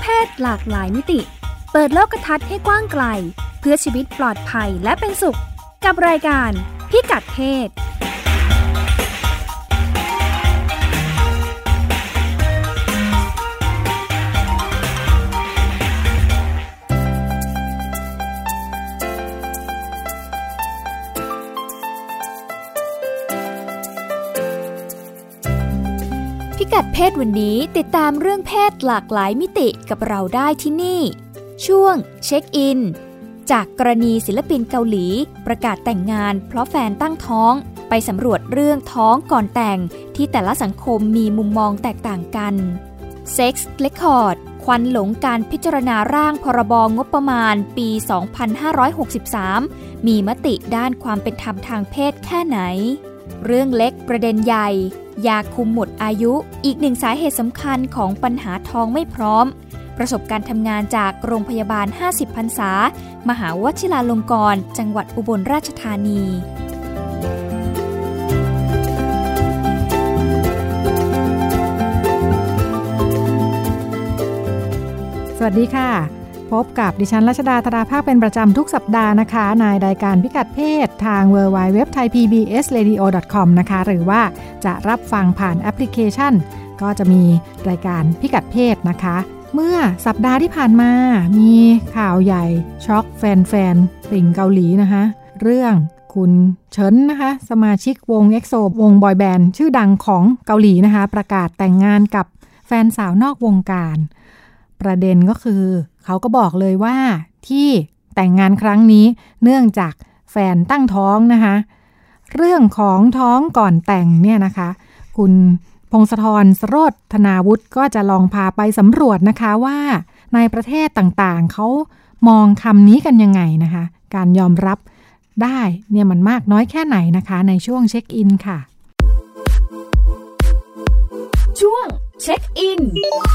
ศหลากหลายมิติเปิดโลกทัศน์ให้กว้างไกลเพื่อชีวิตปลอดภัยและเป็นสุขกับรายการพิกัดเพศพิกัดเพศวันนี้ติดตามเรื่องเพศหลากหลายมิติกับเราได้ที่นี่ช่วงเช็คอินจากกรณีศิลปินเกาหลีประกาศแต่งงานเพราะแฟนตั้งท้องไปสำรวจเรื่องท้องก่อนแต่งที่แต่ละสังคมมีมุมมองแตกต่างกันเซ็กส์เรคคอร์ดควันหลงการพิจารณาร่างพรบงบประมาณปี 2563 มีมติด้านความเป็นธรรมทางเพศแค่ไหนเรื่องเล็กประเด็นใหญ่ยาคุมหมดอายุอีกหนึ่งสาเหตุสำคัญของปัญหาท้องไม่พร้อมประสบการณ์ทำงานจากโรงพยาบาล50พรรษามหาวชิราลงกรณ์จังหวัดอุบลราชธานีสวัสดีค่ะพบกับดิฉันรัชดาธราภาคเป็นประจำทุกสัปดาห์นะคะในรายการพิกัดเพศทาง www.thaipbsradio.com นะคะหรือว่าจะรับฟังผ่านแอปพลิเคชันก็จะมีรายการพิกัดเพศนะคะเมื่อสัปดาห์ที่ผ่านมามีข่าวใหญ่ช็อกแฟนๆติ่งเกาหลีนะคะเรื่องคุณเฉินนะคะสมาชิกวง EXO วงบอยแบนด์ชื่อดังของเกาหลีนะคะประกาศแต่งงานกับแฟนสาวนอกวงการประเด็นก็คือเขาก็บอกเลยว่าที่แต่งงานครั้งนี้เนื่องจากแฟนตั้งท้องนะคะเรื่องของท้องก่อนแต่งเนี่ยนะคะคุณพงศธร สโรธนาวุฒิก็จะลองพาไปสำรวจนะคะว่าในประเทศต่างๆเขามองคำนี้กันยังไงนะคะการยอมรับได้เนี่ยมันมากน้อยแค่ไหนนะคะในช่วงเช็คอินค่ะช่วงเช็คอิน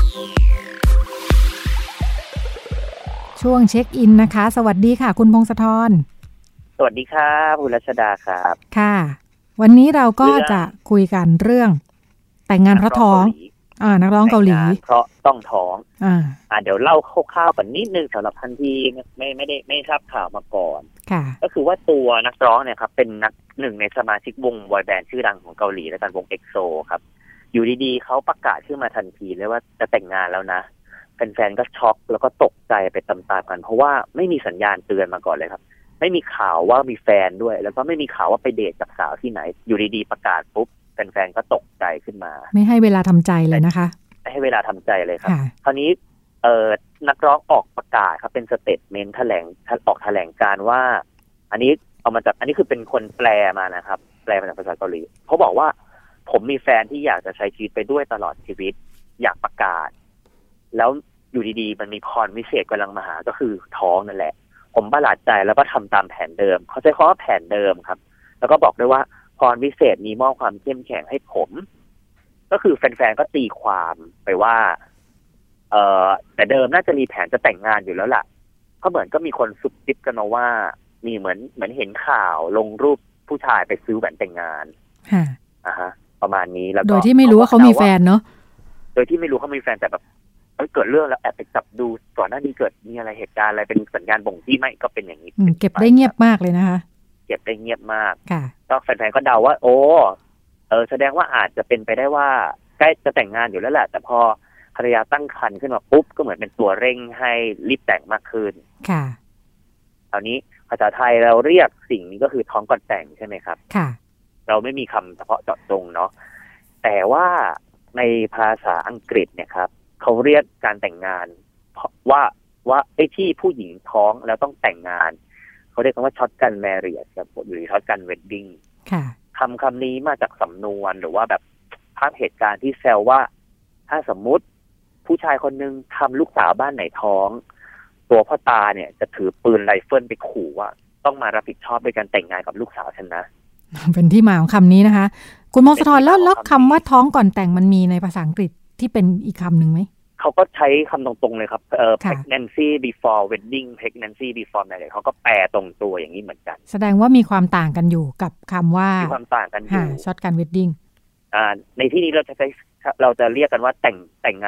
ช่วงเช็คอินนะคะสวัสดีค่ะคุณพงศธรสวัสดีครับคุณรัชดาครับค่ะวันนี้เราก็จะคุยกันเรื่องแต่งงานเพราะท้องนักร้องเกาหลีเพราะต้องท้องเดี๋ยวเล่าคร่าวๆก่อนนิดนึงสำหรับท่านที่ไม่ทราบข่าวมาก่อนก็คือว่าตัวนักร้องเนี่ยครับเป็นหนึ่งในสมาชิกวงบอยแบนด์ชื่อดังของเกาหลีและกันวง EXO ครับอยู่ดีๆเขาประกาศขึ้นมาทันทีเลยว่าจะแต่งงานแล้วนะแฟนๆก็ช็อกแล้วก็ตกใจไปตามๆกันเพราะว่าไม่มีสัญญาณเตือนมาก่อนเลยครับไม่มีข่าวว่ามีแฟนด้วยแล้วก็ไม่มีข่าวว่าไปเดทกับสาวที่ไหนอยู่ดีๆประกาศปุ๊บแฟนๆก็ตกใจขึ้นมาไม่ให้เวลาทำใจเลยนะคะไม่ให้เวลาทำใจเลยครับคราวนี้นักร้องออกประกาศครับเป็นสเตทเมนต์แถลงการว่าอันนี้เอามาจากอันนี้คือเป็นคนแปลมานะครับแปลมาจากภาษาเกาหลีเขาบอกว่าผมมีแฟนที่อยากจะใช้ชีวิตไปด้วยตลอดชีวิตอยากประกาศแล้วอยู่ดีๆมันมีพรวิเศษกำลังมาหาก็คือท้องนั่นแหละผมประหลาดใจแล้วก็ทำตามแผนเดิมเขาใช้คำว่าแผนเดิมครับแล้วก็บอกด้วยว่าพรวิเศษมีมอบความเข้มแข็งให้ผมก็คือแฟนๆก็ตีความไปว่าแต่เดิมน่าจะมีแผนจะแต่งงานอยู่แล้วล่ะก็เหมือนก็มีคนซุบซิบกันมาว่ามีเหมือนเห็นข่าวลงรูปผู้ชายไปซื้อแหวนแต่งงานประมาณนี้แล้วก็โดยที่ไม่รู้ว่าเขามีแฟนเนาะโดยที่ไม่รู้เขามีแฟนแต่แบบเกิดเรื่องแล้วแอบไปจับดูก่อนหน้านี้เกิดมีอะไรเหตุการณ์อะไรเป็นสัญญาณบ่งชี้ไหมก็เป็นอย่างนี้เก็บได้เงียบมากเลยนะคะเก็บได้เงียบมากก็แฟนๆก็เดาว่าโอ้แสดงว่าอาจจะเป็นไปได้ว่าใกล้จะแต่งงานอยู่แล้วแหละแต่พอภรรยาตั้งครรภ์ขึ้นมาปุ๊บก็เหมือนเป็นตัวเร่งให้รีบแต่งมากขึ้นค่ะคราวนี้ภาษาไทยเราเรียกสิ่งนี้ก็คือท้องก่อนแต่งใช่ไหมครับค่ะเราไม่มีคำเฉพาะเจาะจงเนาะแต่ว่าในภาษาอังกฤษเนี่ยครับเขาเรียกการแต่งงานว่าไอ้ที่ผู้หญิงท้องแล้วต้องแต่งงานเขาเรียกว่าช็อตกันแมรี่ครับหรือช็อตกันเวดดิ้งคำนี้มาจากสำนวนหรือว่าแบบภาพเหตุการณ์ที่แซวว่าถ้าสมมุติผู้ชายคนนึงทำลูกสาวบ้านไหนท้องตัวพ่อตาเนี่ยจะถือปืนไรเฟิลไปขู่ว่าต้องมารับผิดชอบด้วยการแต่งงานกับลูกสาวฉันนะเป็นที่มาของคำนี้นะคะคุณมงคลแล้วคำว่าท้องก่อนแต่งมันมีในภาษาอังกฤษที่เป็นอีกคำหนึ่งไหมเขาก็ใช้คำตรงๆเลยครับpregnancy before wedding pregnancy before marriage เขาก็แปลตรงตัวอย่างนี้เหมือนกันแสดงว่ามีความต่างกันอยู่กับคำว่ามีความต่างกันอยู่ช็อตกัน wedding ในที่นี้เราจะเรียกกันว่าแต่งงาน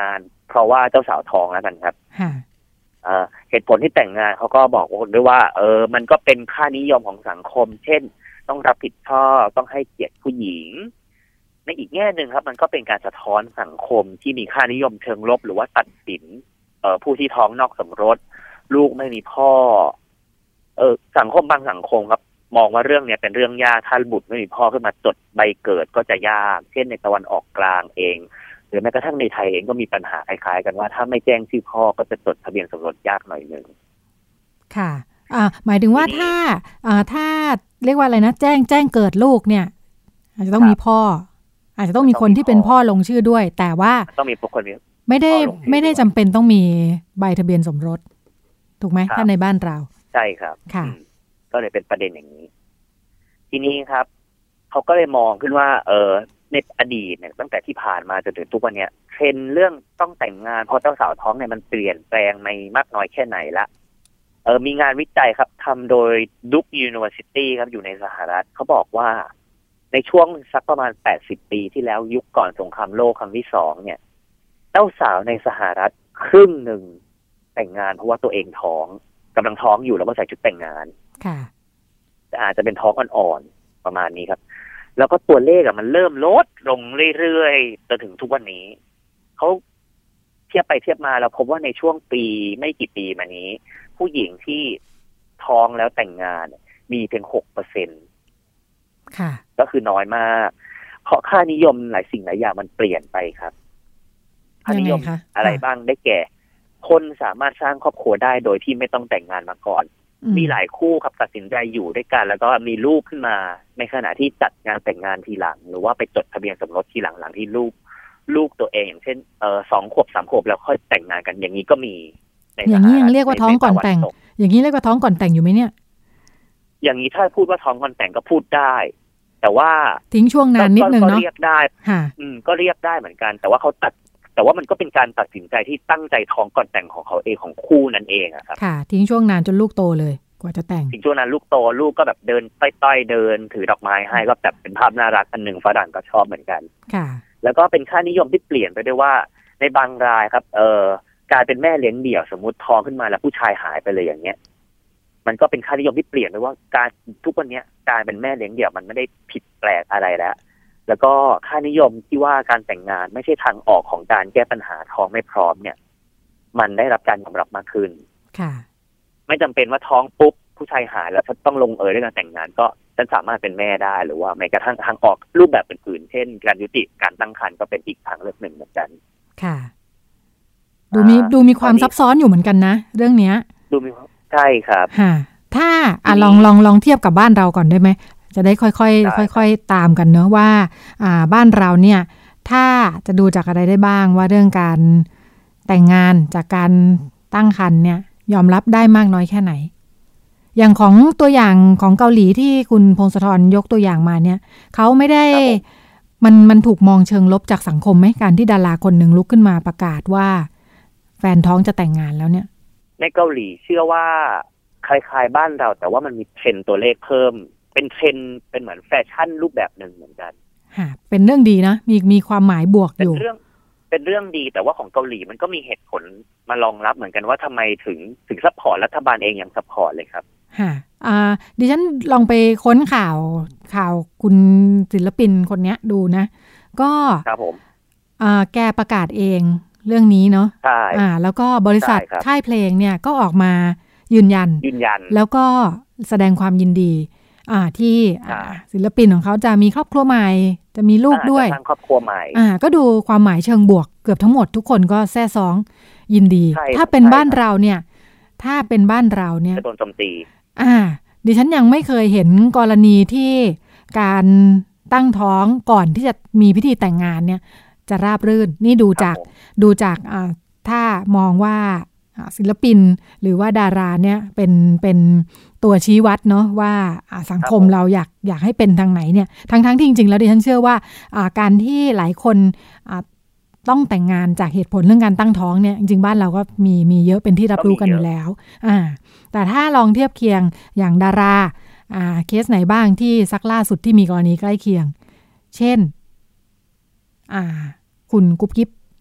เพราะว่าเจ้าสาวท้องแล้วกันครับเหตุผลที่แต่งงานเขาก็บอกด้วยว่ามันก็เป็นค่านิยมของสังคมเช่นต้องรับผิดชอบต้องให้เกียรติผู้หญิงในอีกแง่นึงครับมันก็เป็นการสะท้อนสังคมที่มีค่านิยมเชิงลบหรือว่าตัดสินผู้ที่ท้องนอกสมรสลูกไม่มีพ่อสังคมบางสังคมครับมองว่าเรื่องนี้เป็นเรื่องยากถ้าบุตรไม่มีพ่อขึ้นมาจดใบเกิดก็จะยากเช่นในตะวันออกกลางเองหรือแม้กระทั่งในไทยเองก็มีปัญหาคล้ายๆกันว่าถ้าไม่แจ้งชื่อพ่อก็จะจดทะเบียนสมรสยากหน่อยนึงค่ะหมายถึงว่าถ้าเรียกว่าอะไรนะแจ้งเกิดลูกเนี่ยอาจจะต้องมีพ่ออาจจะต้องมีคนที่เป็นพ่อลงชื่อด้วยแต่ว่าต้องมีบุคคลไม่ได้จำเป็นต้องมีใบทะเบียนสมรสถูกไหมถ้าในบ้านเราใช่ครับค่ะก็เลยเป็นประเด็นอย่างนี้ทีนี้ครับเขาก็เลยมองขึ้นว่าในอดีตเนี่ยตั้งแต่ที่ผ่านมาจนถึงทุกวันนี้เทรนด์เรื่องต้องแต่งงานพอเจ้าสาวท้องเนี่ยมันเปลี่ยนแปลงในมากน้อยแค่ไหนละมีงานวิจัยครับทำโดย Duke University ครับอยู่ในสหรัฐเขาบอกว่าในช่วงสักประมาณ80ปีที่แล้วยุคก่อนสงครามโลกครั้งที่2เนี่ยเจ้าสาวในสหรัฐครึ่งหนึ่งแต่งงานเพราะว่าตัวเองท้องกำลังท้องอยู่แล้วก็ใส่ชุดแต่งงานค่ะแต่อาจจะเป็นท้องอ่อนๆประมาณนี้ครับแล้วก็ตัวเลขมันเริ่มลดลงเรื่อยๆจนถึงทุกวันนี้เขาเทียบไปเทียบมาแล้วพบว่าในช่วงปีไม่กี่ปีมานี้ผู้หญิงที่ท้องแล้วแต่งงานมีเพียง 6% ค่ะก็คือน้อยมากเพราะค่านิยมหลายสิ่งหลายอย่างมันเปลี่ยนไปครับค่านิยมอะไรบ้างได้แก่คนสามารถสร้างครอบครัวได้โดยที่ไม่ต้องแต่งงานมาก่อนมีหลายคู่ครับตัดสินใจอยู่ด้วยกันแล้วก็มีลูกขึ้นมาในขณะที่จัดงานแต่งงานทีหลังหรือว่าไปจดทะเบียนสมรสทีหลังที่ลูกตัวเองอย่างเช่น2 ขวบ 3 ขวบแล้วค่อยแต่งงานกันอย่างนี้ก็มีอย่างนี้ยังเรียกว่าท้องก่อนแต่งอย่างนี้เรียกว่าท้องก่อนแต่งอยู่ไหมเนี่ยอย่างนี้ถ้าพูดว่าท้องก่อนแต่งก็พูดได้แต่ว่าทิ้งช่วงนานนิดนึงเนาะก็เรียกได้ก็เรียกได้เหมือนกันแต่ว่ามันก็เป็นการตัดสินใจที่ตั้งใจท้องก่อนแต่งของเขาเองของคู่นั่นเองครับค่ะทิ้งช่วงนานจนลูกโตเลยกว่าจะแต่งทิ้งช่วงนั้นลูกโตลูกก็แบบเดินต้อยๆเดินถือดอกไม้ให้ก็แบบเป็นภาพน่ารักอันหนึ่งฝรั่งก็ชอบเหมือนกันค่ะแล้วก็เป็นค่านิยมที่เปลี่ยนไปด้วยว่าในบางรายครับกลายเป็นแม่เลี้ยงเดี่ยวสมมุติท้องขึ้นมาแล้วผู้ชายหายไปเลยอย่างเงี้ยมันก็เป็นค่านิยมที่เปลี่ยนไปว่าการทุกวันนี้การเป็นแม่เลี้ยงเดี่ยวมันไม่ได้ผิดแปลกอะไรแล้วก็ค่านิยมที่ว่าการแต่งงานไม่ใช่ทางออกของการแก้ปัญหาท้องไม่พร้อมเนี่ยมันได้รับการยอมรับมากขึ้นค่ะไม่จำเป็นว่าท้องปุ๊บผู้ชายหายแล้วฉันต้องลงด้วยการแต่งงานก็ฉันสามารถเป็นแม่ได้หรือว่าแม้กระทั่งทางออกรูปแบบอื่นๆเช่นการยุติการตั้งครรภ์ก็เป็นอีกทางเลือกหนึ่งเหมือนกันค่ะดูมีความซับซ้อนอยู่เหมือนกันนะเรื่องเนี้ยดูมีใช่ครับค่ะถ้าลองเทียบกับบ้านเราก่อนได้ไหมจะได้ค่อยตามกันเนอะว่าบ้านเราเนี่ยถ้าจะดูจากอะไรได้บ้างว่าเรื่องการแต่งงานจากการตั้งครรภ์เนี่ยยอมรับได้มากน้อยแค่ไหนอย่างของตัวอย่างของเกาหลีที่คุณพงศธรยกตัวอย่างมาเนี่ยเขาไม่ได้มันถูกมองเชิงลบจากสังคมไหมการที่ดาราคนหนึ่งลุกขึ้นมาประกาศว่าแฟนท้องจะแต่งงานแล้วเนี่ยในเกาหลีเชื่อว่าคล้ายๆบ้านเราแต่ว่ามันมีเทรนด์ตัวเลขเพิ่มเป็นเทรนด์เป็นเหมือนแฟชั่นรูปแบบหนึ่งเหมือนกันเป็นเรื่องดีนะมีความหมายบวกอยู่เป็นเรื่องดีแต่ว่าของเกาหลีมันก็มีเหตุผลมารองรับเหมือนกันว่าทำไมถึงซัพพอร์ตรัฐบาลเองยังซัพพอร์ตเลยครับดิฉันลองไปค้นข่าวคุณศิลปินคนนี้ดูนะก็ครับผมแกประกาศเองเรื่องนี้เนาะใช่แล้วก็บริษัทค่ายเพลงเนี่ยก็ออกมายืนยันแล้วก็แสดงความยินดีที่ศิลปินของเขาจะมีครอบครัวใหม่จะมีลูกด้วยสร้างครอบครัวใหม่ก็ดูความหมายเชิงบวกเกือบทั้งหมดทุกคนก็แซ่ซ้องยินดีถ้าเป็นบ้านเราเนี่ยจะโดนโจมตีดิฉันยังไม่เคยเห็นกรณีที่การตั้งท้องก่อนที่จะมีพิธีแต่งงานเนี่ยจะราบรื่นนี่ดูจากถ้ามองว่าศิลปินหรือว่าดาราเนี่ยเป็นตัวชี้วัดเนาะว่าสังคมเราอยากให้เป็นทางไหนเนี่ยทั้งที่จริงๆแล้วดิฉันเชื่อว่าการที่หลายคนต้องแต่งงานจากเหตุผลเรื่องการตั้งท้องเนี่ยจริงๆบ้านเราก็มีเยอะเป็นที่รับรู้กันอยู่แล้วแต่ถ้าลองเทียบเคียงอย่างดาราเคสไหนบ้างที่สักล่าสุดที่มีกรณีใกล้เคียงเช่นคุณกุ๊บกิ๊บ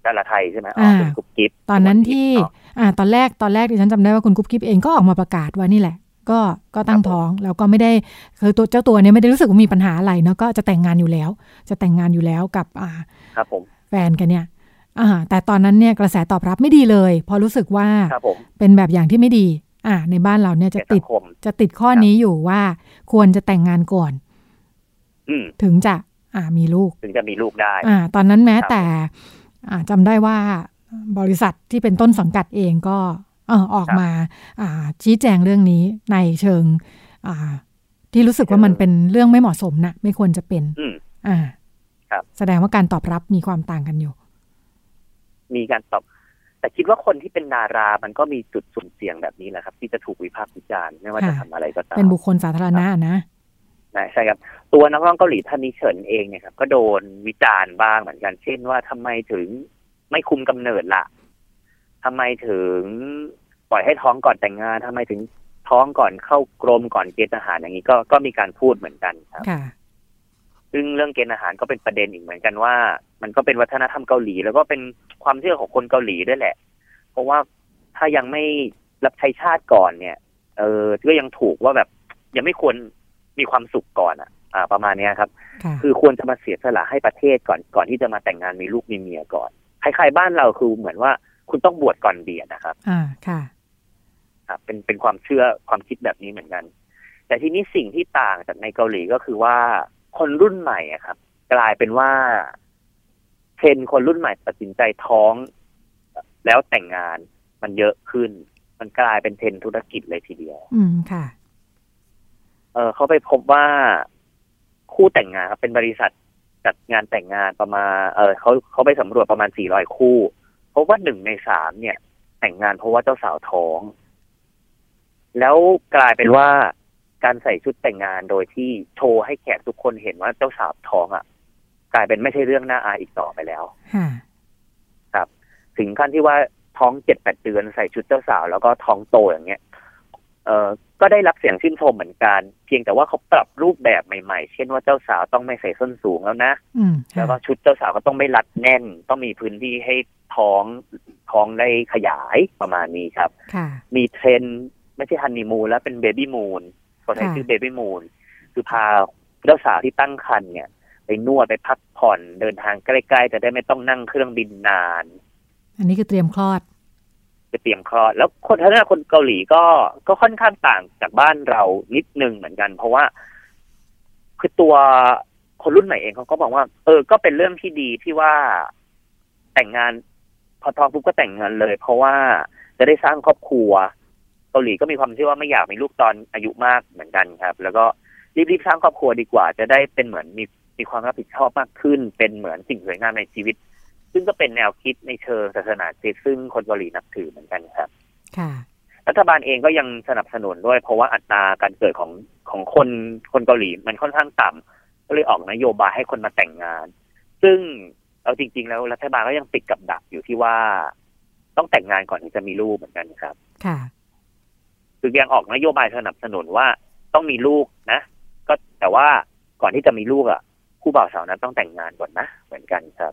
ดาราไทยใช่ไหมคุณกุ๊บกิ๊บตอนนั้นที่ตอนแรกดิฉันจำได้ว่าคุณกุ๊บกิ๊บเองก็ออกมาประกาศว่านี่แหละก็ตั้งท้องแล้วก็ไม่ได้คือตัวเจ้าตัวเนี่ยไม่ได้รู้สึกว่ามีปัญหาอะไรเนาะก็จะแต่งงานอยู่แล้วกับครับผมแฟนกันเนี่ยแต่ตอนนั้นเนี่ยกระแสตอบรับไม่ดีเลยเพราะรู้สึกว่าเป็นแบบอย่างที่ไม่ดีในบ้านเราเนี่ยจะติดข้อนี้อยู่ว่าควรจะแต่งงานก่อนถึงจะมีลูกได้ตอนนั้นแม้แต่จำได้ว่าบริษัทที่เป็นต้นสังกัดเองก็ออกมาชี้แจงเรื่องนี้ในเชิงที่รู้สึกว่ามันเป็นเรื่องไม่เหมาะสมนะไม่ควรจะเป็นแสดงว่าการตอบรับมีความต่างกันอยู่มีการตอบแต่คิดว่าคนที่เป็นดารามันก็มีจุดสุ่มเสี่ยงแบบนี้แหละครับที่จะถูกวิพากษ์วิจารณ์ไม่ว่าจะทำอะไรก็ตามเป็นบุคคลสาธารณะนะใช่ครับตัวนักร้องเกาหลีท่านนี้เฉินเองเนี่ยครับก็โดนวิจารณ์บ้างเหมือนกันเช่นว่าทำไมถึงไม่คุมกำเนิดล่ะทำไมถึงปล่อยให้ท้องก่อนแต่งงานทำไมถึงท้องก่อนเข้ากรมก่อนเกณฑ์ทหารอย่างนี้ก็มีการพูดเหมือนกันครับซึ่งเรื่องเกณฑ์ทหารก็เป็นประเด็นอีกเหมือนกันว่ามันก็เป็นวัฒนธรรมเกาหลีแล้วก็เป็นความเชื่อของคนเกาหลีด้วยแหละเพราะว่าถ้ายังไม่รับใช้ชาติก่อนเนี่ยก็ยังถูกว่าแบบยังไม่ควรมีความสุขก่อนประมาณนี้ครับคือควรจะมาเสียสละให้ประเทศก่อนที่จะมาแต่งงานมีลูกมีเมียก่อนคล้ายๆบ้านเราคือเหมือนว่าคุณต้องบวชก่อนเบียดนะครับค่ะครับเป็นความเชื่อความคิดแบบนี้เหมือนกันแต่ทีนี้สิ่งที่ต่างจากในเกาหลีก็คือว่าคนรุ่นใหม่ครับกลายเป็นว่าเทรนด์คนรุ่นใหม่ตัดสินใจท้องแล้วแต่งงานมันเยอะขึ้นมันกลายเป็นเทรนด์ธุรกิจเลยทีเดียวค่ะเขาไปพบว่าคู่แต่งงานครับเป็นบริษัทจัดงานแต่งงานประมาณเขาไปสำรวจประมาณ400คู่พบว่า1 ใน 3เนี่ยแต่งงานเพราะว่าเจ้าสาวท้องแล้วกลายเป็นว่าการใส่ชุดแต่งงานโดยที่โชว์ให้แขกทุกคนเห็นว่าเจ้าสาวท้องกลายเป็นไม่ใช่เรื่องน่าอายอีกต่อไปแล้วครับถึงขั้นที่ว่าท้อง 7-8 เดือนใส่ชุดเจ้าสาวแล้วก็ท้องโตอย่างเงี้ยก็ได้รับเสียงชื่นชมเหมือนกันเพียงแต่ว่าเขาปรับรูปแบบใหม่ๆเช่นว่าเจ้าสาวต้องไม่ใส่ส้นสูงแล้วนะแล้วก็ชุดเจ้าสาวก็ต้องไม่รัดแน่นต้องมีพื้นที่ให้ท้องได้ขยายประมาณนี้ครับมีเทรนด์ไม่ใช่ฮันนีมูนแล้วเป็นเบบี้มูนเขาใช้ชื่อเบบี้มูนคือพาเจ้าสาวที่ตั้งครรภ์เนี่ยไปนวดไปพักผ่อนเดินทางใกล้ๆจะได้ไม่ต้องนั่งเครื่องบินนานอันนี้คือเตรียมคลอดแล้วคนเกาหลีก็ค่อนข้างต่างจากบ้านเรานิดนึงเหมือนกันเพราะว่าคือตัวคนรุ่นใหม่เองเขาก็บอกว่าก็เป็นเรื่องที่ดีที่ว่าแต่งงานพอท้องปุ๊บก็แต่งงานเลยเพราะว่าจะได้สร้างครอบครัวเกาหลีก็มีความเชื่อว่าไม่อยากมีลูกตอนอายุมากเหมือนกันครับแล้วก็รีบสร้างครอบครัวดีกว่าจะได้เป็นเหมือนมีความรับผิดชอบมากขึ้นเป็นเหมือนสิ่งสวยงามในชีวิตซึ่งก็เป็นแนวคิดในเชิงศาสนาคริสต์ซึ่งคนเกาหลีนับถือเหมือนกันครับรัฐบาลเองก็ยังสนับสนุนด้วยเพราะว่าอัตราการเกิดของคนเกาหลีมันค่อนข้างต่ำก็เลยออกนโยบายให้คนมาแต่งงานซึ่งเอาจริงๆแล้วรัฐบาลก็ยังติดกับดักอยู่ที่ว่าต้องแต่งงานก่อนถึงจะมีลูกเหมือนกันครับคือยังออกนโยบายสนับสนุนว่าต้องมีลูกนะก็แต่ว่าก่อนที่จะมีลูกคู่บ่าวสาวนั้นต้องแต่งงานก่อนนะเหมือนกันครับ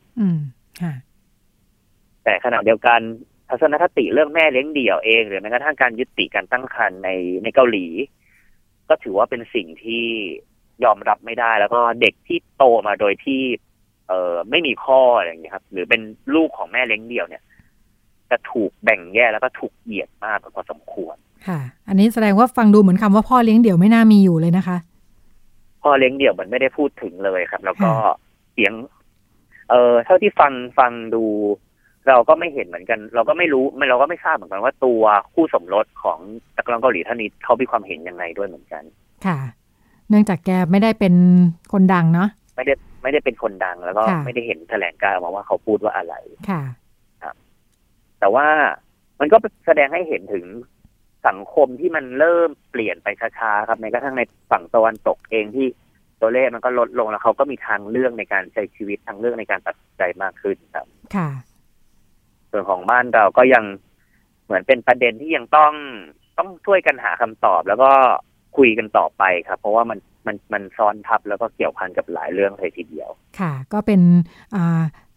แต่ขณะเดียวกันทัศนคติเรื่องแม่เลี้ยงเดี่ยวเองหรือแม้กระทั่งการยุติการตั้งครรภ์ในเกาหลีก็ถือว่าเป็นสิ่งที่ยอมรับไม่ได้แล้วก็เด็กที่โตมาโดยที่ไม่มีพ่ออะไรอย่างเงี้ยครับหรือเป็นลูกของแม่เลี้ยงเดี่ยวเนี่ยจะถูกแบ่งแยกแล้วก็ถูกเหยียดมากพอสมควรค่ะอันนี้แสดงว่าฟังดูเหมือนคำว่าพ่อเลี้ยงเดี่ยวไม่น่ามีอยู่เลยนะคะพ่อเลี้ยงเดี่ยวมันไม่ได้พูดถึงเลยครับแล้วก็เสียงเท่าที่ฟังดูเราก็ไม่เห็นเหมือนกันเราก็ไม่รู้เราก็ไม่ทราบเหมือนกันว่าตัวคู่สมรสของนักร้องเกาหลีท่านนี้เขามีความเห็นยังไงด้วยเหมือนกันค่ะเนื่องจากแกไม่ได้เป็นคนดังเนาะไม่ได้เป็นคนดังแล้วก็ไม่ได้เห็นแถลงการณ์มาว่าเขาพูดว่าอะไรค่ะครับแต่ว่ามันก็แสดงให้เห็นถึงสังคมที่มันเริ่มเปลี่ยนไปช้าๆครับในกระทั่งในฝั่งตะวันตกเองที่ตัวเลขมันก็ลดลงแล้วเขาก็มีทางเลือกในการใช้ชีวิตทางเลือกในการตัดสินใจมากขึ้นครับค่ะส่วนของบ้านเราก็ยังเหมือนเป็นประเด็นที่ยังต้องช่วยกันหาคำตอบแล้วก็คุยกันต่อไปครับเพราะว่ามันซ้อนทับแล้วก็เกี่ยวพันกับหลายเรื่องเลยทีเดียวค่ะก็เป็น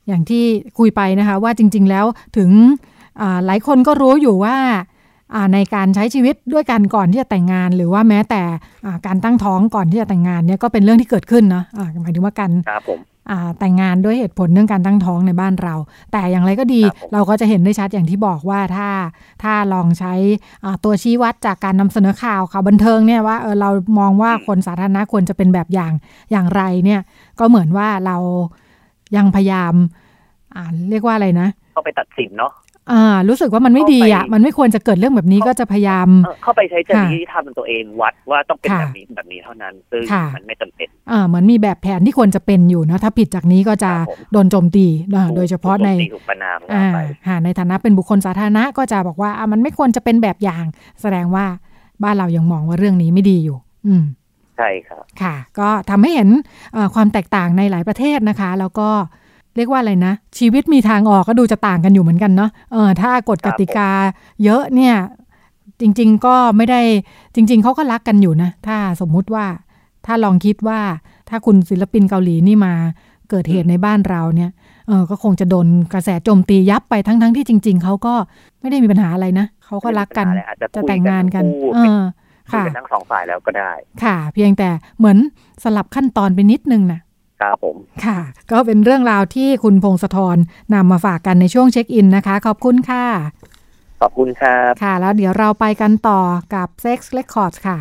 อย่างที่คุยไปนะคะว่าจริงๆแล้วถึงหลายคนก็รู้อยู่ว่าในการใช้ชีวิตด้วยกันก่อนที่จะแต่งงานหรือว่าแม้แต่การตั้งท้องก่อนที่จะแต่งงานเนี่ยก็เป็นเรื่องที่เกิดขึ้นเนาะหมายถึงว่าการแต่งงานด้วยเหตุผลเรื่องการตั้งท้องในบ้านเราแต่อย่างไรก็ดีเราก็จะเห็นได้ชัดอย่างที่บอกว่าถ้าลองใช้ตัวชี้วัดจากการนำเสนอข่าวบันเทิงเนี่ยว่าเรามองว่าคนสาธารณะควรจะเป็นแบบอย่างไรเนี่ยก็เหมือนว่าเรายังพยายามเรียกว่าอะไรนะเข้าไปตัดสินเนาะรู้สึกว่ามันไม่ดีมันไม่ควรจะเกิดเรื่องแบบนี้ก็จะพยายามเข้าไปใช้จริยธรรมตัวเองวัดว่าต้องเป็นแบบนี้เท่านั้นซึ่งมันไม่จำเป็นเหมือนมีแบบแผนที่ควรจะเป็นอยู่นะถ้าผิดจากนี้ก็จะโดนโจมตีโดยเฉพาะในในฐานะเป็นบุคคลสาธารณะก็จะบอกว่ามันไม่ควรจะเป็นแบบอย่างแสดงว่าบ้านเรายังมองว่าเรื่องนี้ไม่ดีอยู่ใช่ครับค่ะก็ทำให้เห็นความแตกต่างในหลายประเทศนะคะแล้วก็เรียกว่าอะไรนะชีวิตมีทางออกก็ดูจะต่างกันอยู่เหมือนกันเนาะถ้ากฎกติกาเยอะเนี่ยจริงๆก็ไม่ได้จริงๆเขาก็รักกันอยู่นะถ้าสมมุติว่าถ้าลองคิดว่าถ้าคุณศิลปินเกาหลีนี่มาเกิดเหตุในบ้านเราเนี่ยก็คงจะโดนกระแสโจมตียับไปทั้งที่จริงๆเขาก็ไม่ได้มีปัญหาอะไรนะเขาก็รักกันจะแต่งงานกันค่ะทั้งสองฝ่ายแล้วก็ได้ค่ะเพียงแต่เหมือนสลับขั้นตอนไปนิดนึงนะครับผมค่ะก็เป็นเรื่องราวที่คุณพงศธรนำมาฝากกันในช่วงเช็คอินนะคะขอบคุณค่ะขอบคุณครับค่ะแล้วเดี๋ยวเราไปกันต่อกับ Sex Records ค่ะ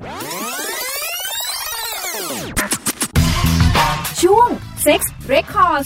ช่วง Sex Records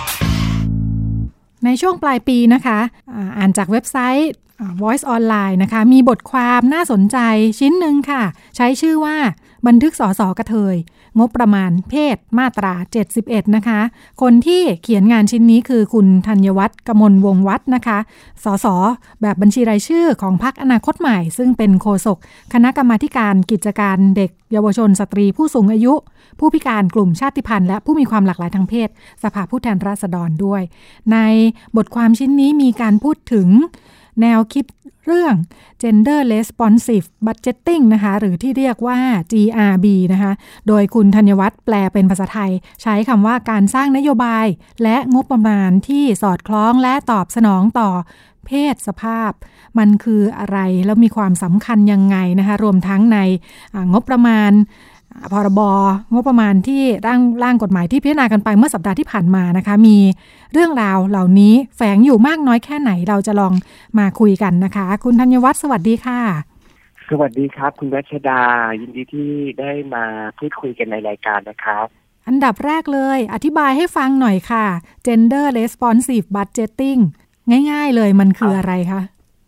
ในช่วงปลายปีนะคะอ่านจากเว็บไซต์ Voice Online นะคะมีบทความน่าสนใจชิ้นหนึ่งค่ะใช้ชื่อว่าบันทึกสสกระเทยงบประมาณเพศมาตรา71นะคะคนที่เขียนงานชิ้นนี้คือคุณธัญวัฒน์กมลวงศ์วัฒน์นะคะสสแบบบัญชีรายชื่อของพรรคอนาคตใหม่ซึ่งเป็นโฆษกคณะกรรมาธิการกิจการเด็กเยาวชนสตรีผู้สูงอายุผู้พิการกลุ่มชาติพันธุ์และผู้มีความหลากหลายทางเพศสภาผู้แทนราษฎรด้วยในบทความชิ้นนี้มีการพูดถึงแนวคิดเรื่อง Gender Responsive Budgeting นะคะหรือที่เรียกว่า GRB นะคะโดยคุณธัญวัฒน์แปลเป็นภาษาไทยใช้คำว่าการสร้างนโยบายและงบประมาณที่สอดคล้องและตอบสนองต่อเพศสภาพมันคืออะไรแล้วมีความสำคัญยังไงนะคะรวมทั้งในงบประมาณพรบงบประมาณที่ร่างกฎหมายที่พิจารณากันไปเมื่อสัปดาห์ที่ผ่านมานะคะมีเรื่องราวเหล่านี้แฝงอยู่มากน้อยแค่ไหนเราจะลองมาคุยกันนะคะคุณธัญวัฒน์สวัสดีค่ะสวัสดีครับคุณรัชดายินดีที่ได้มาพูดคุยกันในรายการนะครับอันดับแรกเลยอธิบายให้ฟังหน่อยค่ะ Gender Responsive Budgeting ง่ายๆเลยมันคืออะไรคะ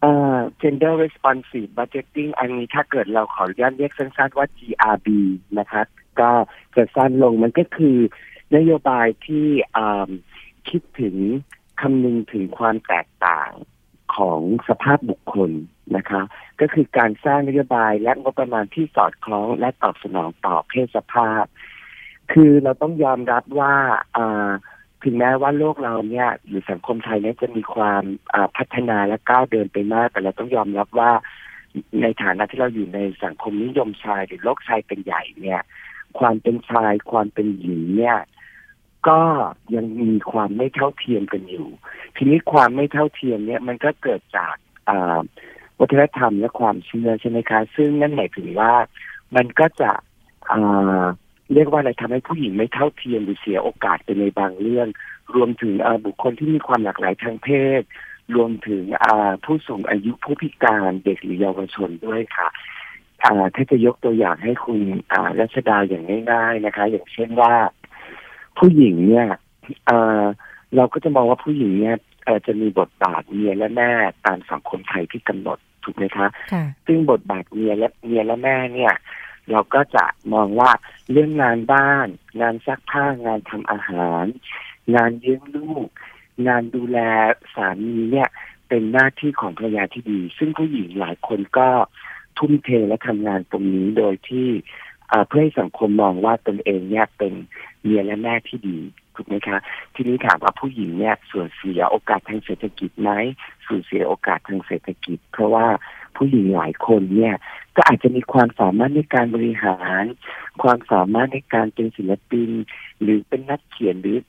Gender Responsive Budgeting อันนี้ถ้าเกิดเราขออนุญาตเรียกสั้นๆว่า GRB นะครับก็จะสั้นลงมันก็คือนโยบายที่คิดถึงคำนึงถึงความแตกต่างของสภาพบุคคลนะคะก็คือการสร้างนโยบายและงบประมาณที่สอดคล้องและตอบสนองต่อเพศสภาพคือเราต้องยอมรับว่าถึงแม้ว่าโลกเราเนี่ยหรือสังคมไทยเนี่ยจะมีความพัฒนาและก้าวเดินไปมากแต่เราต้องยอมรับว่าในฐานะที่เราอยู่ในสังคมนิยมชายหรือโลกชายเป็นใหญ่เนี่ยความเป็นชายความเป็นหญิงเนี่ยก็ยังมีความไม่เท่าเทียมกันอยู่ทีนี้ความไม่เท่าเทียมเนี่ยมันก็เกิดจากวัฒนธรรมและความเชื่อใช่ไหมคะซึ่งนั่นหมายถึงว่ามันก็จะเรียกว่าอะไรทำให้ผู้หญิงไม่เท่าเทียมหรือเสียโอกาสไปในบางเรื่องรวมถึงบุคคลที่มีความหลากหลายทางเพศรวมถึงผู้สูงอายุผู้พิการเด็กหรือเยาวชนด้วยค่ะถ้าจะยกตัวอย่างให้คุณรัชดาอย่างง่ายๆนะคะอย่างเช่นว่าผู้หญิงเนี่ยเราก็จะมองว่าผู้หญิงเนี่ยจะมีบทบาทเมียและแม่ตามสังคมไทยที่กำหนดถูกไหมคะซึ่งบทบาทเมียและแม่เนี่ยเราก็จะมองว่าเรื่องงานบ้านงานซักผ้างานทำอาหารงานเลี้ยงลูกงานดูแลสามีเนี่ยเป็นหน้าที่ของภรรยาที่ดีซึ่งผู้หญิงหลายคนก็ทุ่มเทและทำงานตรงนี้โดยที่เพื่อให้สังคมมองว่าตนเองเนี่ยเป็นเมียและแม่ที่ดีถูกไหมคะทีนี้ถามว่าผู้หญิงเนี่ยสูญเสียโอกาสทางเศรษฐกิจไหมสูญเสียโอกาสทางเศรษฐกิจเพราะว่าผู้หญิงหลายคนเนี่ยก็อาจจะมีความสามารถในการบริหารความสามารถในการเป็นศิลปินหรือเป็นนักเขียนหรือ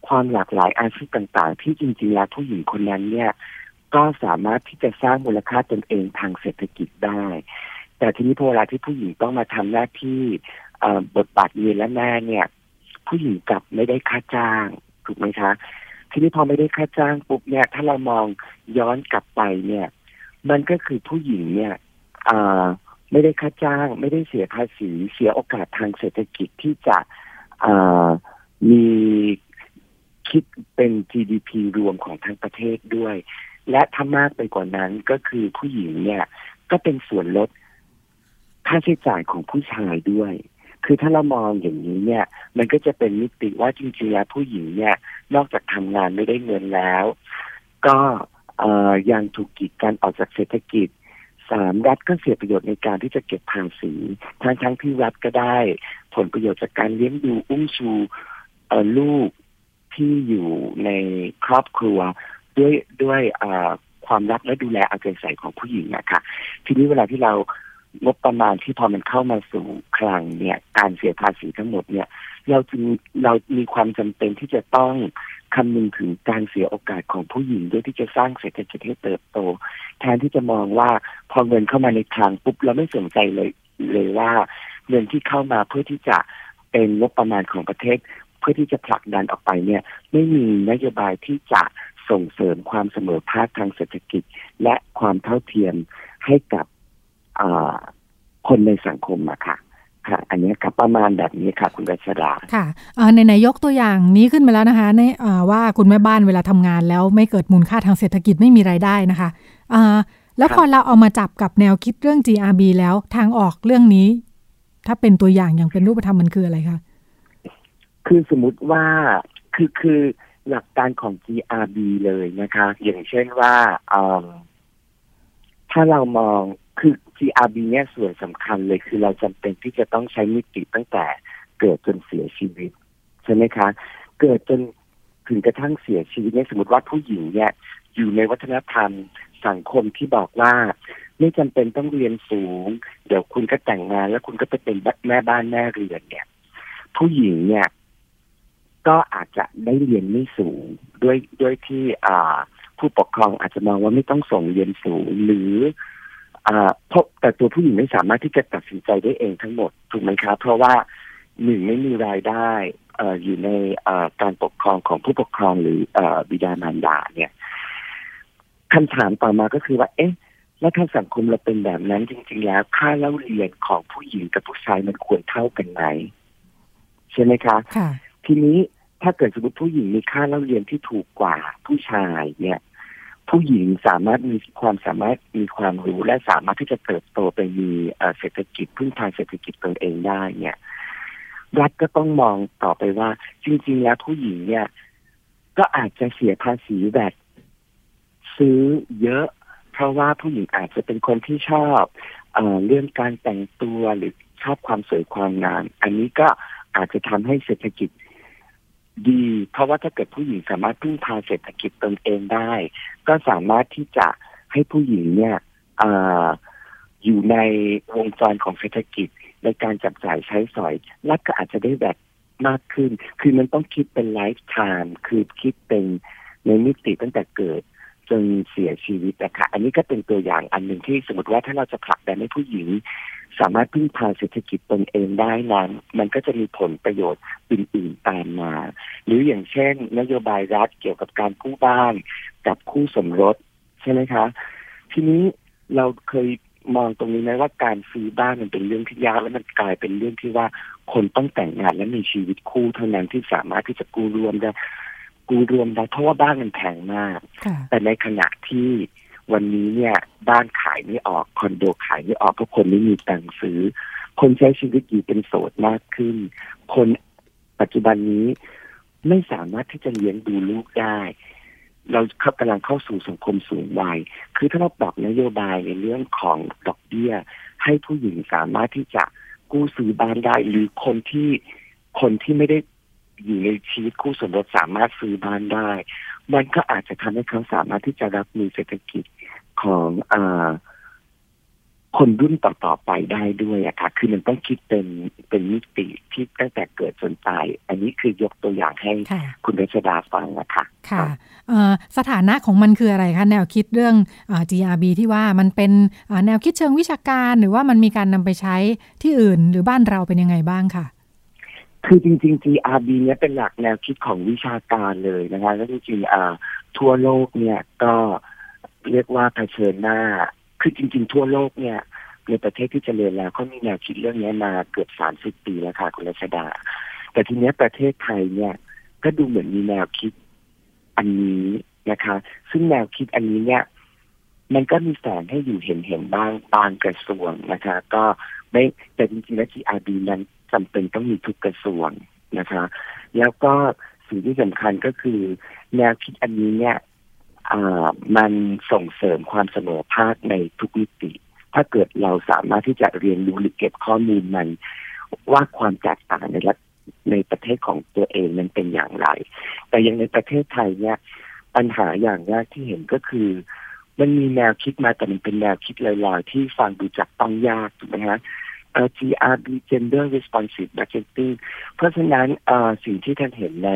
ความหลากหลายอาชีพต่างๆที่จริงๆแล้วผู้หญิงคนนั้นเนี่ยก็สามารถที่จะสร้างมูลค่าตนเองทางเศรษฐกิจได้แต่ทีนี้พอเวลาที่ผู้หญิงต้องมาทำหน้าที่บทบาทเมียและแม่เนี่ยผู้หญิงกลับไม่ได้ค่าจ้างถูกไหมคะทีนี้พอไม่ได้ค่าจ้างปุ๊บเนี่ยถ้าเรามองย้อนกลับไปเนี่ยมันก็คือผู้หญิงเนี่ยไม่ได้ค่าจ้างไม่ได้เสียภาษีเสียโอกาสทางเศรษฐกิจที่จะมีคิดเป็น GDP รวมของทั้งประเทศด้วยและถ้ามากไปกว่านั้นก็คือผู้หญิงเนี่ยก็เป็นส่วนลดค่าใช้จ่ายของผู้ชายด้วยคือถ้าเรามองอย่างนี้เนี่ยมันก็จะเป็นมิติว่าจริงๆแล้วผู้หญิงเนี่ยนอกจากทำงานไม่ได้เงินแล้วก็ยังถูกกีดกันออกจากเศรษฐกิจ3รัฐก็เสียประโยชน์ในการที่จะเก็บภาษีทั้งที่รัฐก็ได้ผลประโยชน์จากการเลี้ยงดูอุ้มชูลูกที่อยู่ในครอบครัวด้วยความรักและดูแลเอาใจใส่ของผู้หญิงนะคะทีนี้เวลาที่เรางบประมาณที่พอมันเข้ามาสู่คลังเนี่ยการเสียภาษีทั้งหมดเนี่ยเรามีความจำเป็นที่จะต้องคำนึงถึงการเสียโอกาสของผู้หญิงด้วยที่จะสร้างเศรษฐกิจให้เติบโตแทนที่จะมองว่าพอเงินเข้ามาในคลังปุ๊บเราไม่สนใจเลยว่าเงินที่เข้ามาเพื่อที่จะเป็นงบประมาณของประเทศเพื่อที่จะผลักดันออกไปเนี่ยไม่มีนโยบายที่จะส่งเสริมความเสมอภาคทางเศรษฐกิจและความเท่าเทียมให้กับคนในสังคมอะค่ะอันนี้ครับประมาณแบบนี้ค่ะคุณรัชดาค่ะในยกตัวอย่างนี้ขึ้นมาแล้วนะคะในว่าคุณแม่บ้านเวลาทำงานแล้วไม่เกิดมูลค่าทางเศรษฐกิจไม่มีรายได้นะคะแล้วพอเราเอามาจับกับแนวคิดเรื่อง GRB แล้วทางออกเรื่องนี้ถ้าเป็นตัวอย่างอย่างเป็นรูปธรรมมันคืออะไรคะคือสมมุติว่าคือหลักการของ GRB เลยนะคะอย่างเช่นว่าถ้าเรามองคือ GRB เนี่ยส่วนสำคัญเลยคือเราจำเป็นที่จะต้องใช้มิติตั้งแต่เกิดจนเสียชีวิตใช่ไหมคะเกิดจนถึงกระทั่งเสียชีวิตเนี่ยสมมติว่าผู้หญิงเนี่ยอยู่ในวัฒนธรรมสังคมที่บอกว่าไม่จำเป็นต้องเรียนสูงเดี๋ยวคุณก็แต่งงานแล้วคุณก็ไปเป็นแม่บ้านแม่เรือนเนี่ยผู้หญิงเนี่ยก็อาจจะได้เรียนไม่สูงด้วยที่ผู้ปกครองอาจจะมองว่าไม่ต้องส่งเรียนสูงหรือแต่ตัวผู้หญิงไม่สามารถที่จะตัดสินใจได้เองทั้งหมดถูกไหมครับเพราะว่าหนึ่งไม่มีรายได้อยู่ในการปกครองของผู้ปกครองหรือบิดามารดาเนี่ยคำถามต่อมาก็คือว่าแล้วถ้าสังคมเราเป็นแบบนั้นจริงๆแล้วค่าเล่าเรียนของผู้หญิงกับผู้ชายมันควรเท่ากันไหมใช่ไหมคะทีนี้ถ้าเกิดสมมติผู้หญิงมีค่าเล่าเรียนที่ถูกกว่าผู้ชายเนี่ยผู้หญิงสามารถมีความสามารถมีความรู้และสามารถที่จะเติบโตไปมีเศรษฐกิจพึ่งพาเศรษฐกิจตนเองได้เนี่ยรัฐก็ต้องมองต่อไปว่าจริงๆแล้วผู้หญิงเนี่ยก็อาจจะเสียภาษีแบบซื้อเยอะเพราะว่าผู้หญิงอาจจะเป็นคนที่ชอบเรื่องการแต่งตัวหรือชอบความสวยความงามอันนี้ก็อาจจะทำให้เศรษฐกิจดีเพราะว่าถ้าเกิดผู้หญิงสามารถพึ่งพาเศรษฐกิจตนเองได้ก็สามารถที่จะให้ผู้หญิงเนี่ยอยู่ในวงจรของเศรษฐกิจในการจับจ่ายใช้สอยรัฐก็อาจจะได้แบบมากขึ้นคือมันต้องคิดเป็นไลฟ์ไทม์คือคิดเป็นในมิติตั้งแต่เกิดจนเสียชีวิตนะคะอันนี้ก็เป็นตัวอย่างอันหนึ่งที่สมมติว่าถ้าเราจะผลักดันให้ผู้หญิงสามารถพึ่งพาเศรษฐกิจตนเองได้นั้นมันก็จะมีผลประโยชน์อื่นๆตามมาหรืออย่างเช่นนโยบายรัฐเกี่ยวกับการกู้บ้านกับคู่สมรสใช่ไหมคะทีนี้เราเคยมองตรงนี้ไหมว่าการซื้อบ้านมันเป็นเรื่องที่ยากและมันกลายเป็นเรื่องที่ว่าคนต้องแต่งงานและมีชีวิตคู่เท่านั้นที่สามารถที่จะกู้รวมได้เพราะว่าบ้านมันแพงมากแต่ในขณะที่วันนี้เนี่ยบ้านขายไม่ออกคอนโดขายไม่ออกเพราะคนไม่มีตังค์ซื้อคนใช้ชีวิตอยู่เป็นโสดมากขึ้นคนปัจจุบันนี้ไม่สามารถที่จะเลี้ยงดูลูกได้เรากำลังเข้าสู่สังคมสูงวัยคือถ้าเราปรับนโยบายในเรื่องของดอกเบี้ยให้ผู้หญิงสามารถที่จะกู้ซื้อบ้านได้หรือคนที่ไม่ได้อยู่ในชีวิตคู่สมรสสามารถซื้อบ้านได้มันก็อาจจะทำให้เขาสามารถที่จะรับมือเศรษฐกิจของคนรุ่นต่อๆไปได้ด้วยอะค่ะคือมันต้องคิดเป็นมิติที่ตั้งแต่เกิดจนตายอันนี้คือยกตัวอย่างให้คุณรัชดาฟังนะคะค่ะสถานะของมันคืออะไรคะแนวคิดเรื่องGRB ที่ว่ามันเป็นแนวคิดเชิงวิชาการหรือว่ามันมีการนำไปใช้ที่อื่นหรือบ้านเราเป็นยังไงบ้างค่ะคือจริงๆ GRB เนี่ยเป็นหลักแนวคิดของวิชาการเลยนะคะแล้วจริงๆทั่วโลกเนี่ยก็เรียกว่าเผชิญหน้าคือจริงๆทั่วโลกเนี่ยในประเทศที่เจริญแล้วก็มีแนวคิดเรื่องนี้มาเกือบ30 ปีแล้วค่ะคุณรัชดาแต่ทีนี้ประเทศไทยเนี่ยก็ดูเหมือนมีแนวคิดอันนี้นะคะซึ่งแนวคิดอันนี้เนี่ยมันก็มีแสงให้อยู่เห็นบ้างบางกระทรวงนะคะก็ไม่แต่จริงๆแล้ว GRB นั้นจำเป็นต้องมีทุกกระทรวงนะคะแล้วก็สิ่งที่สำคัญก็คือแนวคิดอันนี้เนี่ยมันส่งเสริมความเสมอภาคในทุกมิติถ้าเกิดเราสามารถที่จะเรียนรู้หรือเก็บข้อมูลมันว่าความแตกต่างในประเทศของตัวเองนั้นเป็นอย่างไรแต่ยังในประเทศไทยเนี่ยปัญหาอย่างแรกที่เห็นก็คือมันมีแนวคิดมาแต่มันเป็นแนวคิดลอยๆที่ฟังดูจับต้องยากถูกไหมฮะGRB Gender Responsive Budgeting เพราะฉะนั้นสิ่งที่ท่านเห็นใน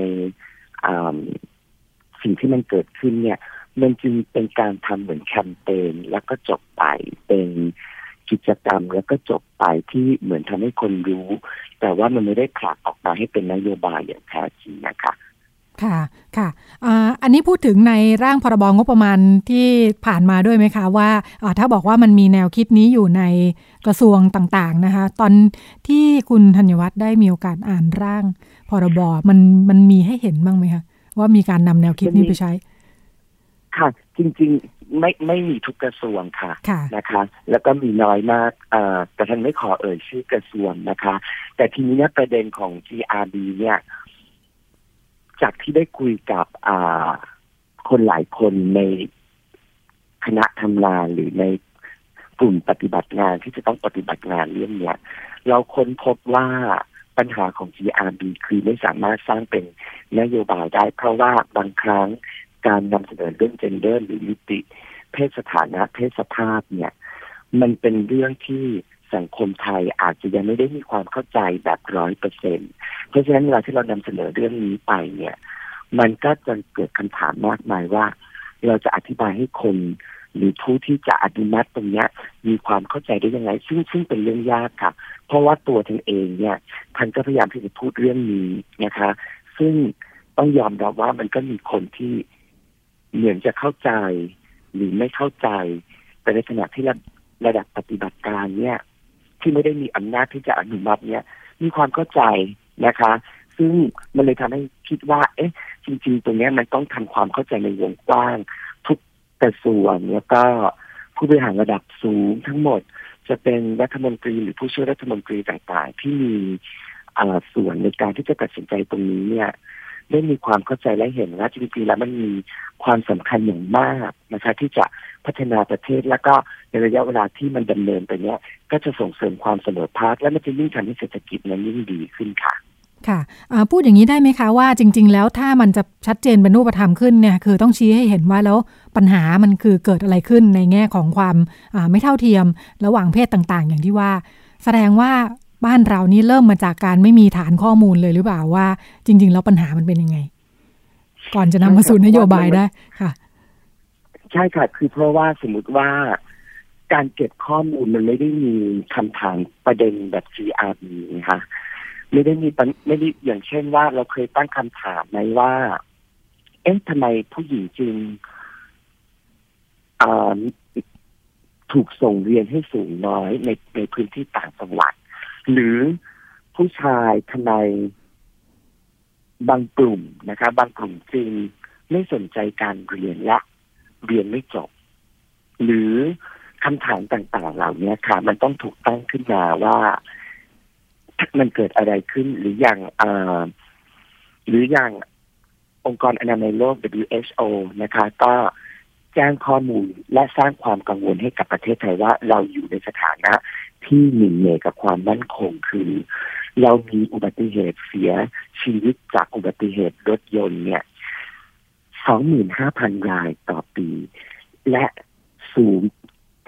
สิ่งที่มันเกิดขึ้นเนี่ยมันจึงเป็นการทำเหมือนแคมเปญแล้วก็จบไปเป็นกิจกรรมแล้วก็จบไปที่เหมือนทำให้คนรู้แต่ว่ามันไม่ได้ผลักออกมาให้เป็นนโยบายอย่างแท้จริงนะคะค่ะค่ะอันนี้พูดถึงในร่างพรบงบประมาณที่ผ่านมาด้วยไหมคะว่าถ้าบอกว่ามันมีแนวคิดนี้อยู่ในกระทรวงต่างๆนะคะตอนที่คุณธัญวัฒน์ได้มีโอกาสอ่านร่างพรบมันมีให้เห็นบ้างไหมคะว่ามีการนำแนวคิดนี้ไปใช้ค่ะจริงๆไม่มีทุกกระทรวงค่ะนะคะแล้วก็มีน้อยมากแต่ท่านไม่ขอเอ่ยชื่อกระทรวงนะคะแต่ทีนี้ประเด็นของ GRB เนี่ยจากที่ได้คุยกับคนหลายคนในคณะทำงานหรือในกลุ่มปฏิบัติงานที่จะต้องปฏิบัติงานเรื่องนี้เราค้นพบว่าปัญหาของ GRB คือไม่สามารถสร้างเป็นนโยบายได้เพราะว่าบางครั้งการนำเสนอเรื่อง gender หรือมิติเพศสถานะเพศสภาพเนี่ยมันเป็นเรื่องที่สังคมไทยอาจจะยังไม่ได้มีความเข้าใจแบบ 100% เพราะฉะนั้นเวลาที่เรานำเสนอเรื่องนี้ไปเนี่ยมันก็จะเกิดคำถามมากมายว่าเราจะอธิบายให้คนหรือผู้ที่จะอนุมัติตรงนี้มีความเข้าใจได้ยังไงซึ่งเป็นเรื่องยากค่ะเพราะว่าตัวท่านเองเนี่ยท่านก็พยายามที่จะพูดเรื่องนี้นะคะซึ่งต้องยอมรับว่ามันก็มีคนที่เหมือนจะเข้าใจหรือไม่เข้าใจแต่ในขณะที่ระดับปฏิบัติการเนี่ยที่ไม่ได้มีอำนาจที่จะอนุมัติเนี่ยมีความเข้าใจนะคะซึ่งมันเลยทำให้คิดว่าจริงๆตรงนี้มันต้องทำความเข้าใจในวงกว้างทุกกระทรวงแล้วก็ผู้บริหารระดับสูงทั้งหมดจะเป็นรัฐมนตรีหรือผู้ช่วยรัฐมนตรีต่างๆที่มีส่วนในการที่จะตัดสินใจตรงนี้เนี่ยได้มีความเข้าใจและเห็นว่าจริงๆแล้วมันมีความสำคัญอย่างมากนะคะที่จะพัฒนาประเทศแล้วก็ในระยะเวลาที่มันดำเนินไปเนี้ยก็จะส่งเสริมความเสมอภาคและมันจะยิ่งทำให้เศรษฐกิจนั้นยิ่งดีขึ้นค่ะค่ะพูดอย่างนี้ได้ไหมคะว่าจริงๆแล้วถ้ามันจะชัดเจนเป็นรูปธรรมขึ้นเนี่ยคือต้องชี้ให้เห็นว่าแล้วปัญหามันคือเกิดอะไรขึ้นในแง่ของความไม่เท่าเทียมระหว่างเพศต่างๆอย่างที่ว่าแสดงว่าบ้านเรานี่เริ่มมาจากการไม่มีฐานข้อมูลเลยหรือเปล่าว่าจริงๆแล้วปัญหามันเป็นยังไงก่อนจะนำมาสู่นโยบายได้ค่ะใช่ค่ะคือเพราะว่าสมมุติว่าการเก็บข้อมูลมันไม่ได้มีคำถามประเด็นแบบ GRB นะคะไม่ได้อย่างเช่นว่าเราเคยตั้งคำถามไหมว่าทำไมผู้หญิงจึงถูกส่งเรียนให้สูงน้อยในพื้นที่ต่างจังหวัดหรือผู้ชายทำไมบางกลุ่มนะคะบางกลุ่มจึงไม่สนใจการเรียนและเรียนไม่จบหรือคำถามต่างๆเหล่านี้ค่ะมันต้องถูกตั้งขึ้นมาว่ามันเกิดอะไรขึ้นหรืออย่างองค์กรอนามัยโลก WHO นะคะก็แจ้งข้อมูลและสร้างความกังวลให้กับประเทศไทยว่าเราอยู่ในสถานะที่หมิ่นเหม่กับความมั่นคงคือเรามีอุบัติเหตุเสียชีวิตจากอุบัติเหตุรถยนต์เนี่ย 25,000 รายต่อปีและสูง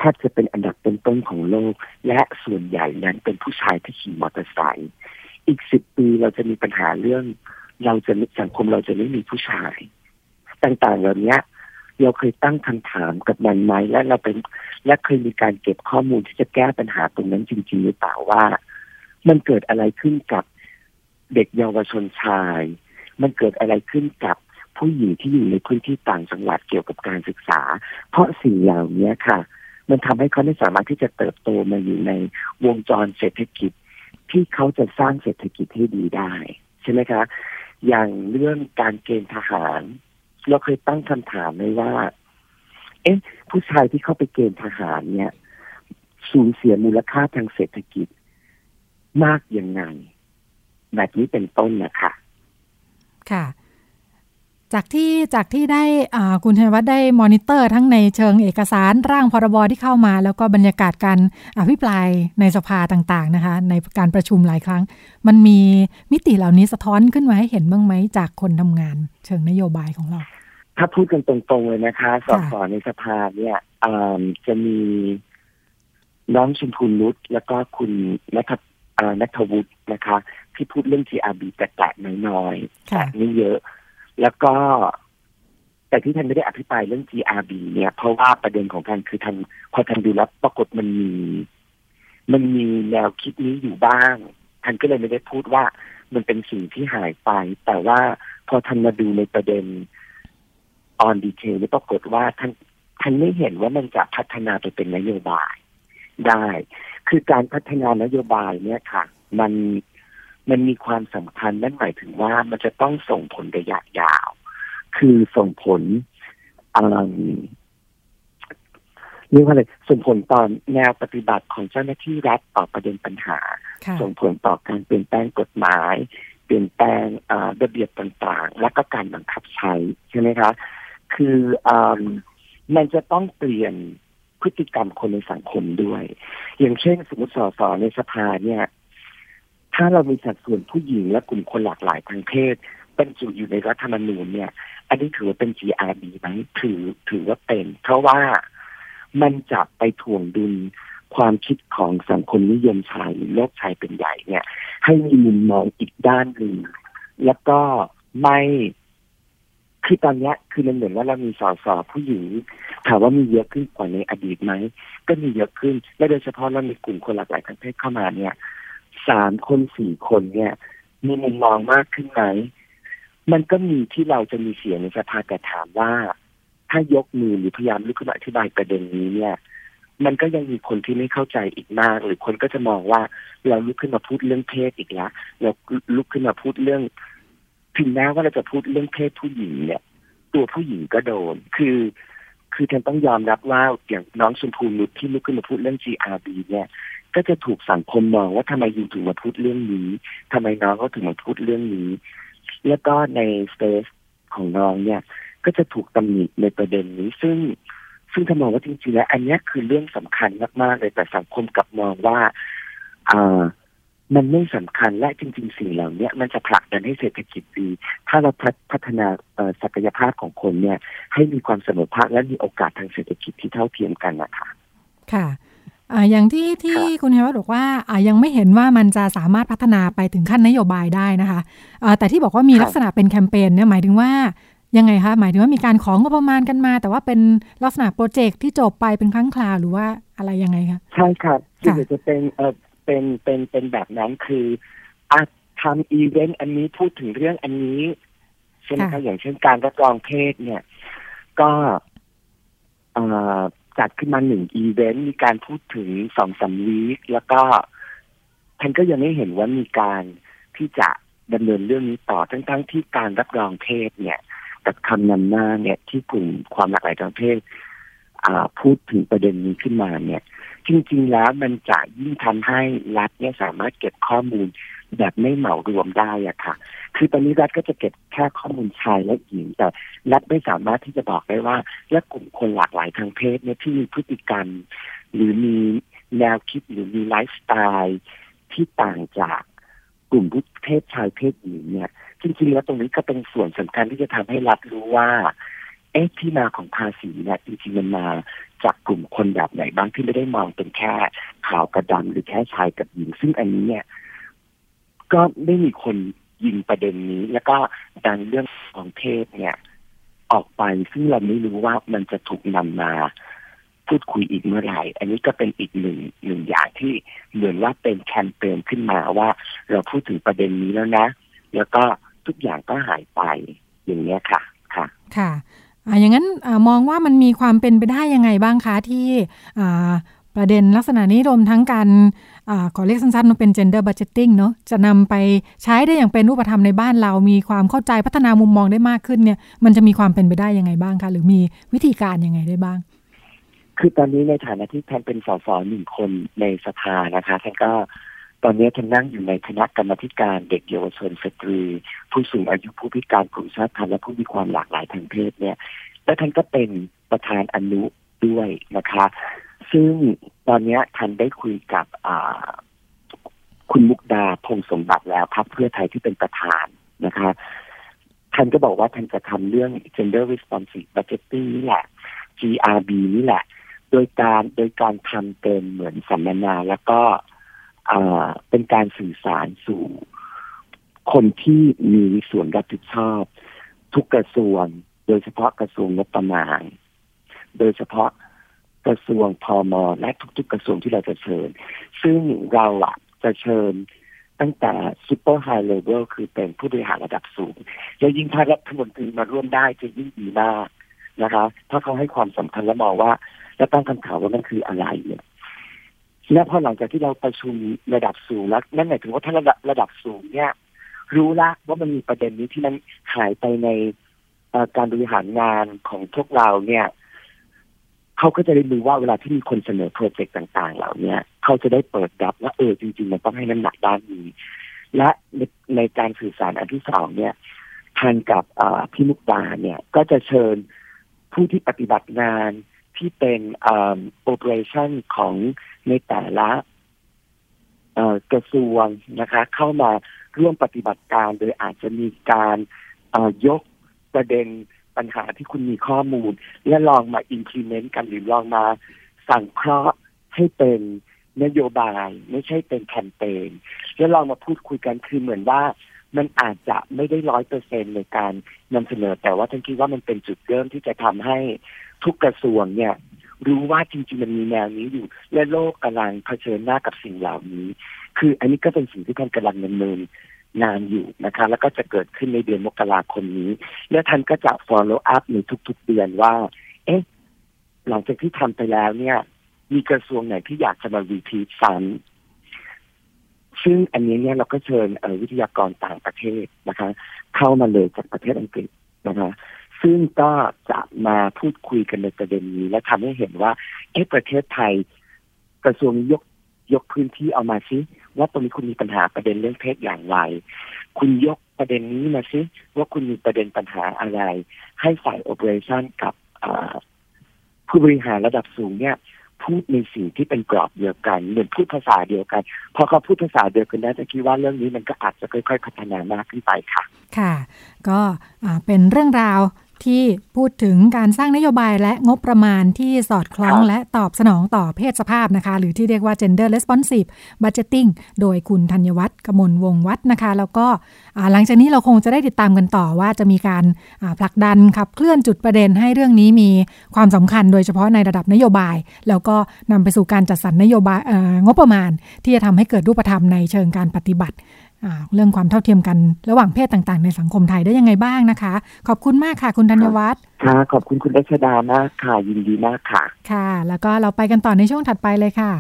ทบจะเป็นอันดับต้นๆของโลกและส่วนใหญ่นั้นเป็นผู้ชายที่ขี่มอเตอร์ไซค์อีก10 ปีเราจะมีปัญหาเรื่องสังคมเราจะไม่มีผู้ชายต่างๆเหล่านี้เราเคยตั้งคำถามกับมันไหมและเคยมีการเก็บข้อมูลที่จะแก้ปัญหาตรงนั้นจริงๆหรือเปล่าว่ามันเกิดอะไรขึ้นกับเด็กเยาวชนชายมันเกิดอะไรขึ้นกับผู้หญิงที่อยู่ในพื้นที่ต่างจังหวัดเกี่ยวกับการศึกษาเพราะสิ่งเหล่านี้ค่ะมันทำให้เขาไม่สามารถที่จะเติบโตมาอยู่ในวงจรเศรษฐกิจที่เขาจะสร้างเศรษฐกิจให้ดีได้ใช่ไหมคะอย่างเรื่องการเกณฑ์ทหารเราเคยตั้งคำถามเลยว่าผู้ชายที่เข้าไปเกณฑ์ทหารเนี่ยสูญเสียมูลค่าทางเศรษฐกิจมากยังไงแบบนี้เป็นต้นนะคะค่ะจากที่ได้คุณชัยวัฒน์ได้มอนิเตอร์ทั้งในเชิงเอกสารร่างพรบที่เข้ามาแล้วก็บรรยากาศการอภิปรายในสภาต่างๆนะคะในการประชุมหลายครั้งมันมีมิติเหล่านี้สะท้อนขึ้นมาให้เห็นบ้างไหมจากคนทำงานเชิงนโยบายของเราถ้าพูดกันตรงๆเลยนะคะสสในสภาเนี่ยจะมีน้องชมพูนุชแล้วก็คุณณัฐวุฒินะคะที่พูดเรื่อง GRB แตะๆน้อยๆแต่ไม่เยอะแล้วก็แต่ที่ท่านไม่ได้อภิปรายเรื่อง GRB เนี่ยเพราะว่าประเด็นของท่านคือพอท่านดูแล้วปรากฏมันมีแนวคิดนี้อยู่บ้างท่านก็เลยไม่ได้พูดว่ามันเป็นสิ่งที่หายไปแต่ว่าพอท่านมาดูในประเด็น on detail เนี่ยปรากฏว่าท่านไม่เห็นว่ามันจะพัฒนาไปเป็นนโยบายได้คือการพัฒนานโยบายเนี่ยค่ะมันมีความสำคัญนั่นหมายถึงว่ามันจะต้องส่งผลระยะยาวคือส่งผลเรียกว่าอะไรส่งผลต่อแนวปฏิบัติของเจ้าหน้าที่รัฐต่อประเด็นปัญหาส่งผลต่อการเปลี่ยนแปลงกฎหมายเปลี่ยนแปลงระเบียบต่างๆและก็การบังคับใช้ใช่ไหมคะคือมันจะต้องเปลี่ยนพฤติกรรมคนในสังคมด้วยอย่างเช่นสมมติสสในสภาเนี่ยถ้าเรามีสัดส่วนผู้หญิงและกลุ่มคนหลากหลายทางเพศบรรจุอยู่ในรัฐธรรมนูญเนี่ยอันนี้ถือว่าเป็น GRB ไหมถือว่าเป็นเพราะว่ามันจะไปถ่วงดุลความคิดของสังคมนิยมชายหรือโลกชายเป็นใหญ่เนี่ยให้มีมุมมองอีกด้านหนึ่งแล้วก็ไม่คือตอนนี้คือมันเหมือนว่าเรามีสสผู้หญิงถามว่ามีเยอะขึ้นกว่าในอดีตไหมก็มีเยอะขึ้นและโดยเฉพาะเรามีกลุ่มคนหลากหลายทางเพศเข้ามาเนี่ย3 คน 4 คนเนี่ยมีมุมมองมากขึ้นไหมมันก็มีที่เราจะมีเสียงในสภาแต่ถามว่าถ้ายกมือหรือพยายามลุกขึ้นมาอธิบายประเด็นนี้เนี่ยมันก็ยังมีคนที่ไม่เข้าใจอีกมากหรือคนก็จะมองว่าเราลุกขึ้นมาพูดเรื่องเพศอีกแล้วเราลุกขึ้นมาพูดเรื่องถึงแม้ว่าเราจะพูดเรื่องเพศผู้หญิงเนี่ยตัวผู้หญิงก็โดนคือท่านต้องยอมรับว่าอย่างน้องชมพูนุชที่ลุกขึ้นมาพูดเรื่อง GRB เนี่ยก็จะถูกสังคมมองว่าทำไมอยู่ถึงมาพูดเรื่องนี้ทำไมน้องก็ถึงมาพูดเรื่องนี้แล้วก็ในสเปซของน้องเนี่ยก็จะถูกตำหนิในประเด็นนี้ซึ่งถ้ามองว่าจริงๆแล้วอันนี้คือเรื่องสำคัญมากๆเลยแต่สังคมกลับมองว่ามันไม่สำคัญและจริงๆสิ่งเหล่านี้มันจะผลักดันให้เศรษฐกิจดีถ้าเราพัฒนาศักยภาพของคนเนี่ยให้มีความเสมอภาคและมีโอกาสทางเศรษฐกิจที่เท่าเทียมกันนะคะค่ะอย่างที่คุณชัยวัฒน์บอกว่ายังไม่เห็นว่ามันจะสามารถพัฒนาไปถึงขั้นนโยบายได้นะคะแต่ที่บอกว่ามีลักษณะเป็นแคมเปญเนี่ยหมายถึงว่ายังไงคะหมายถึงว่ามีการของงบประมาณกันมาแต่ว่าเป็นลักษณะโปรเจกต์ที่จบไปเป็นครั้งคราวหรือว่าอะไรยังไงคะใช่ครับที่จะเป็นแบบนั้นคือทำอีเวนต์อันนี้พูดถึงเรื่องอันนี้ใช่ไหมคะอย่างเช่นการรับรองเพศเนี่ยก็จัดขึ้นมา1 อีเวนต์มีการพูดถึง 2-3 วีคแล้วก็ท่านก็ยังไม่เห็นว่ามีการที่จะดำเนินเรื่องนี้ต่อทั้งที่การรับรองเพศเนี่ยกับคำนำหน้าเนี่ยที่กลุ่มความหลากหลายทางเพศพูดถึงประเด็นนี้ขึ้นมาเนี่ยจริงๆแล้วมันจะยิ่งทำให้รัฐเนี่ยสามารถเก็บข้อมูลแบบไม่เหมารวมได้อะค่ะคือตอนนี้รัฐก็จะเก็บแค่ข้อมูลชายและหญิงแต่รัฐไม่สามารถที่จะบอกได้ว่าและกลุ่มคนหลากหลายทางเพศเนี่ยที่มีพฤติกรรมหรือมีแนวคิดหรือมีไลฟ์สไตล์ที่ต่างจากกลุ่มเพศชายเพศหญิงเนี่ยจริงๆแล้วตรงนี้ก็เป็นส่วนสำคัญที่จะทำให้รัฐรู้ว่าที่มาของภาษีเนี่ยจริงๆมันมาจากกลุ่มคนแบบไหนบ้างที่ไม่ได้มองเป็นแค่ขาวกับดำหรือแค่ชายกับหญิงซึ่งอันนี้เนี่ยก็ไม่มีคนยิงประเด็นนี้แล้วก็ดันเรื่องของเพศเนี่ยออกไปซึ่งเราไม่รู้ว่ามันจะถูกนำมาพูดคุยอีกเมื่อไหร่อันนี้ก็เป็นอีกหนึ่งอย่างที่เหมือนว่าเป็นแคมเปญขึ้นมาว่าเราพูดถึงประเด็นนี้แล้วนะแล้วก็ทุกอย่างก็หายไปอย่างนี้ค่ะค่ะอย่างนั้นมองว่ามันมีความเป็นไปได้ยังไงบ้างคะที่ประเด็นลักษณะนี้รวมทั้งการขอเรียกสั้นๆว่าเป็น gender budgeting เนาะจะนำไปใช้ได้อย่างเป็นรูปธรรมในบ้านเรามีความเข้าใจพัฒนามุมมองได้มากขึ้นเนี่ยมันจะมีความเป็นไปได้ยังไงบ้างคะหรือมีวิธีการยังไงได้บ้างคือตอนนี้ในฐานะที่ท่านเป็นสส1 คนในสภานะคะท่านก็ตอนนี้ท่านนั่งอยู่ในคณะกรรมาธิการเด็กเยาวชนสตรีผู้สูงอายุผู้พิการกลุ่มชาติพันธุ์และผู้มีความหลากหลายทางเพศเนี่ยและท่านก็เป็นประธานอนุด้วยนะคะซึ่งตอนนี้ท่านได้คุยกับคุณมุกดาพงษ์สมบัติแล้วพรรคเพื่อไทยที่เป็นประธานนะคะท่านก็บอกว่าท่านจะทำเรื่อง gender responsive budgeting นี่แหละ GRB นี่แหละโดยการทำเป็นเหมือนสัมมนาแล้วก็เป็นการสื่อสารสู่คนที่มีส่วนรับผิดชอบทุกกระทรวงโดยเฉพาะกระทรวงงบประมาณโดยเฉพาะกระทรวงพม.และทุกๆกระทรวงที่เราจะเชิญซึ่งเราจะเชิญตั้งแต่ super high level คือเป็นผู้บริหารระดับสูงและยิ่งถ้ารัฐมนตรีมาร่วมได้จะยิ่งดีมากนะคะถ้าเขาให้ความสำคัญและมองว่าและตั้งคำถามว่ามันคืออะไรเนี่ยและพอหลังจากที่เราประชุมระดับสูงแล้วนั่นหมายถึงว่าถ้าระดับสูงเนี่ยรู้ละว่ามันมีประเด็นนี้ที่มันหายไปในการบริหารงานของพวกเราเนี่ยเขาก็จะได้รู้ว่าเวลาที่มีคนเสนอโปรเจกต์ต่างๆเหล่านี้เขาจะได้เปิดรับว่าจริงๆมันต้องให้น้ำหนักด้านนี้และในการสื่อสารอันที่สองเนี่ยท่านกับพี่มุกดาเนี่ยก็จะเชิญผู้ที่ปฏิบัติงานที่เป็นoperation ของในแต่ละกระทรวงนะคะเข้ามาร่วมปฏิบัติการโดยอาจจะมีการยกประเด็นปัญหาที่คุณมีข้อมูลและลองมา implement กันหรือลองมาสั่งเคราะห์ให้เป็นนโยบายไม่ใช่เป็นแคมเปญแล้วลองมาพูดคุยกันคือเหมือนว่ามันอาจจะไม่ได้ 100% ในการนำเสนอแต่ว่าท่านคิดว่ามันเป็นจุดเริ่มที่จะทำให้ทุกกระทรวงเนี่ยรู้ว่าจริงๆมันมีแนวนี้อยู่และโลกกำลังเผชิญหน้ากับสิ่งเหล่านี้คืออันนี้ก็เป็นสิ่งที่ท่านกำลังดำเนินงานอยู่นะคะแล้วก็จะเกิดขึ้นในเดือนมกราคมนี้และท่านก็จะ follow up ในทุกๆเดือนว่าหลังจากที่ทำไปแล้วเนี่ยมีกระทรวงไหนที่อยากจะมา repeat ซ้ำซึ่งอันนี้เนี่ยเราก็เชิญวิทยากรต่างประเทศนะคะเข้ามาเลยจากประเทศอังกฤษนะคะซึ่งก็จะมาพูดคุยกันในประเด็นนี้และทำให้เห็นว่าประเทศไทยกระทรวงยกพื้นที่เอามาซิว่าตรงนี้คุณมีปัญหาประเด็นเรื่องเพศอย่างไรคุณยกประเด็นนี้มาซิว่าคุณมีประเด็นปัญหาอะไรให้ฝ่ายโอเปอเรชั่นกับผู้บริหารระดับสูงเนี่ยพูดในสิ่งที่เป็นกรอบเดียวกันเหมือนพูดภาษาเดียวกันพอเขาพูดภาษาเดียวกันได้จะคิดว่าเรื่องนี้มันก็อาจจะค่อยๆพัฒนามากขึ้นไปค่ะค่ะก็เป็นเรื่องราวที่พูดถึงการสร้างนโยบายและงบประมาณที่สอดคล้องและตอบสนองต่อเพศสภาพนะคะหรือที่เรียกว่า gender responsive budgeting โดยคุณธัญวัฒน์ กมลวงศ์วัฒน์นะคะแล้วก็หลังจากนี้เราคงจะได้ติดตามกันต่อว่าจะมีการผลักดันขับเคลื่อนจุดประเด็นให้เรื่องนี้มีความสำคัญโดยเฉพาะในระดับนโยบายแล้วก็นำไปสู่การจัดสรรนโยบายงบประมาณที่จะทำให้เกิดรูปธรรมในเชิงการปฏิบัติเรื่องความเท่าเทียมกันระหว่างเพศต่างๆในสังคมไทยได้ยังไงบ้างนะคะขอบคุณมากค่ะคุณธัญวัฒน์ค่ะขอบคุณคุณรัชดามากค่ะยินดีมากค่ะค่ะแล้วก็เราไปกันต่อในช่วงถัดไปเลยค่ะ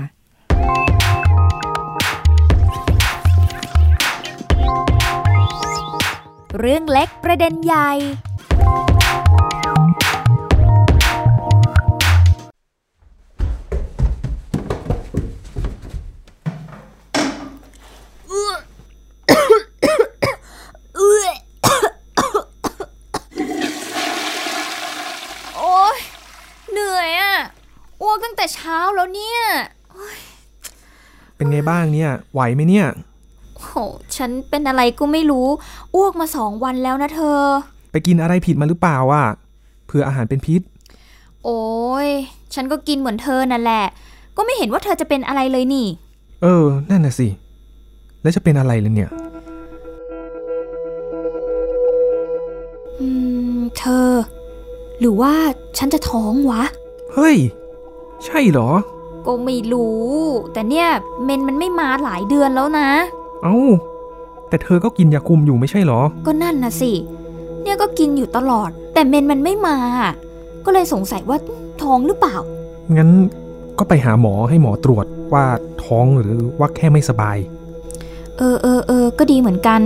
เรื่องเล็กประเด็นใหญ่ตั้งแต่เช้าแล้วเนี่ยเป็นไงบ้างเนี่ยไหวไหมเนี่ยโหฉันเป็นอะไรก็ไม่รู้อ้วกมา2 วันแล้วนะเธอไปกินอะไรผิดมาหรือเปล่าอ่ะเผื่ออาหารเป็นพิษโอ้ยฉันก็กินเหมือนเธอนั่นแหละก็ไม่เห็นว่าเธอจะเป็นอะไรเลยนี่นั่นน่ะสิแล้วจะเป็นอะไรเลยเนี่ยเธอหรือว่าฉันจะท้องวะเฮ้ยใช่เหรอก็ไม่รู้แต่เนี่ยเมนมันไม่มาหลายเดือนแล้วนะเอ้าแต่เธอก็กินยาคุมอยู่ไม่ใช่เหรอก็นั่นน่ะสิเนี่ยก็กินอยู่ตลอดแต่เมนมันไม่มาก็เลยสงสัยว่าท้องหรือเปล่างั้นก็ไปหาหมอให้หมอตรวจว่าท้องหรือว่าแค่ไม่สบายก็ดีเหมือนกัน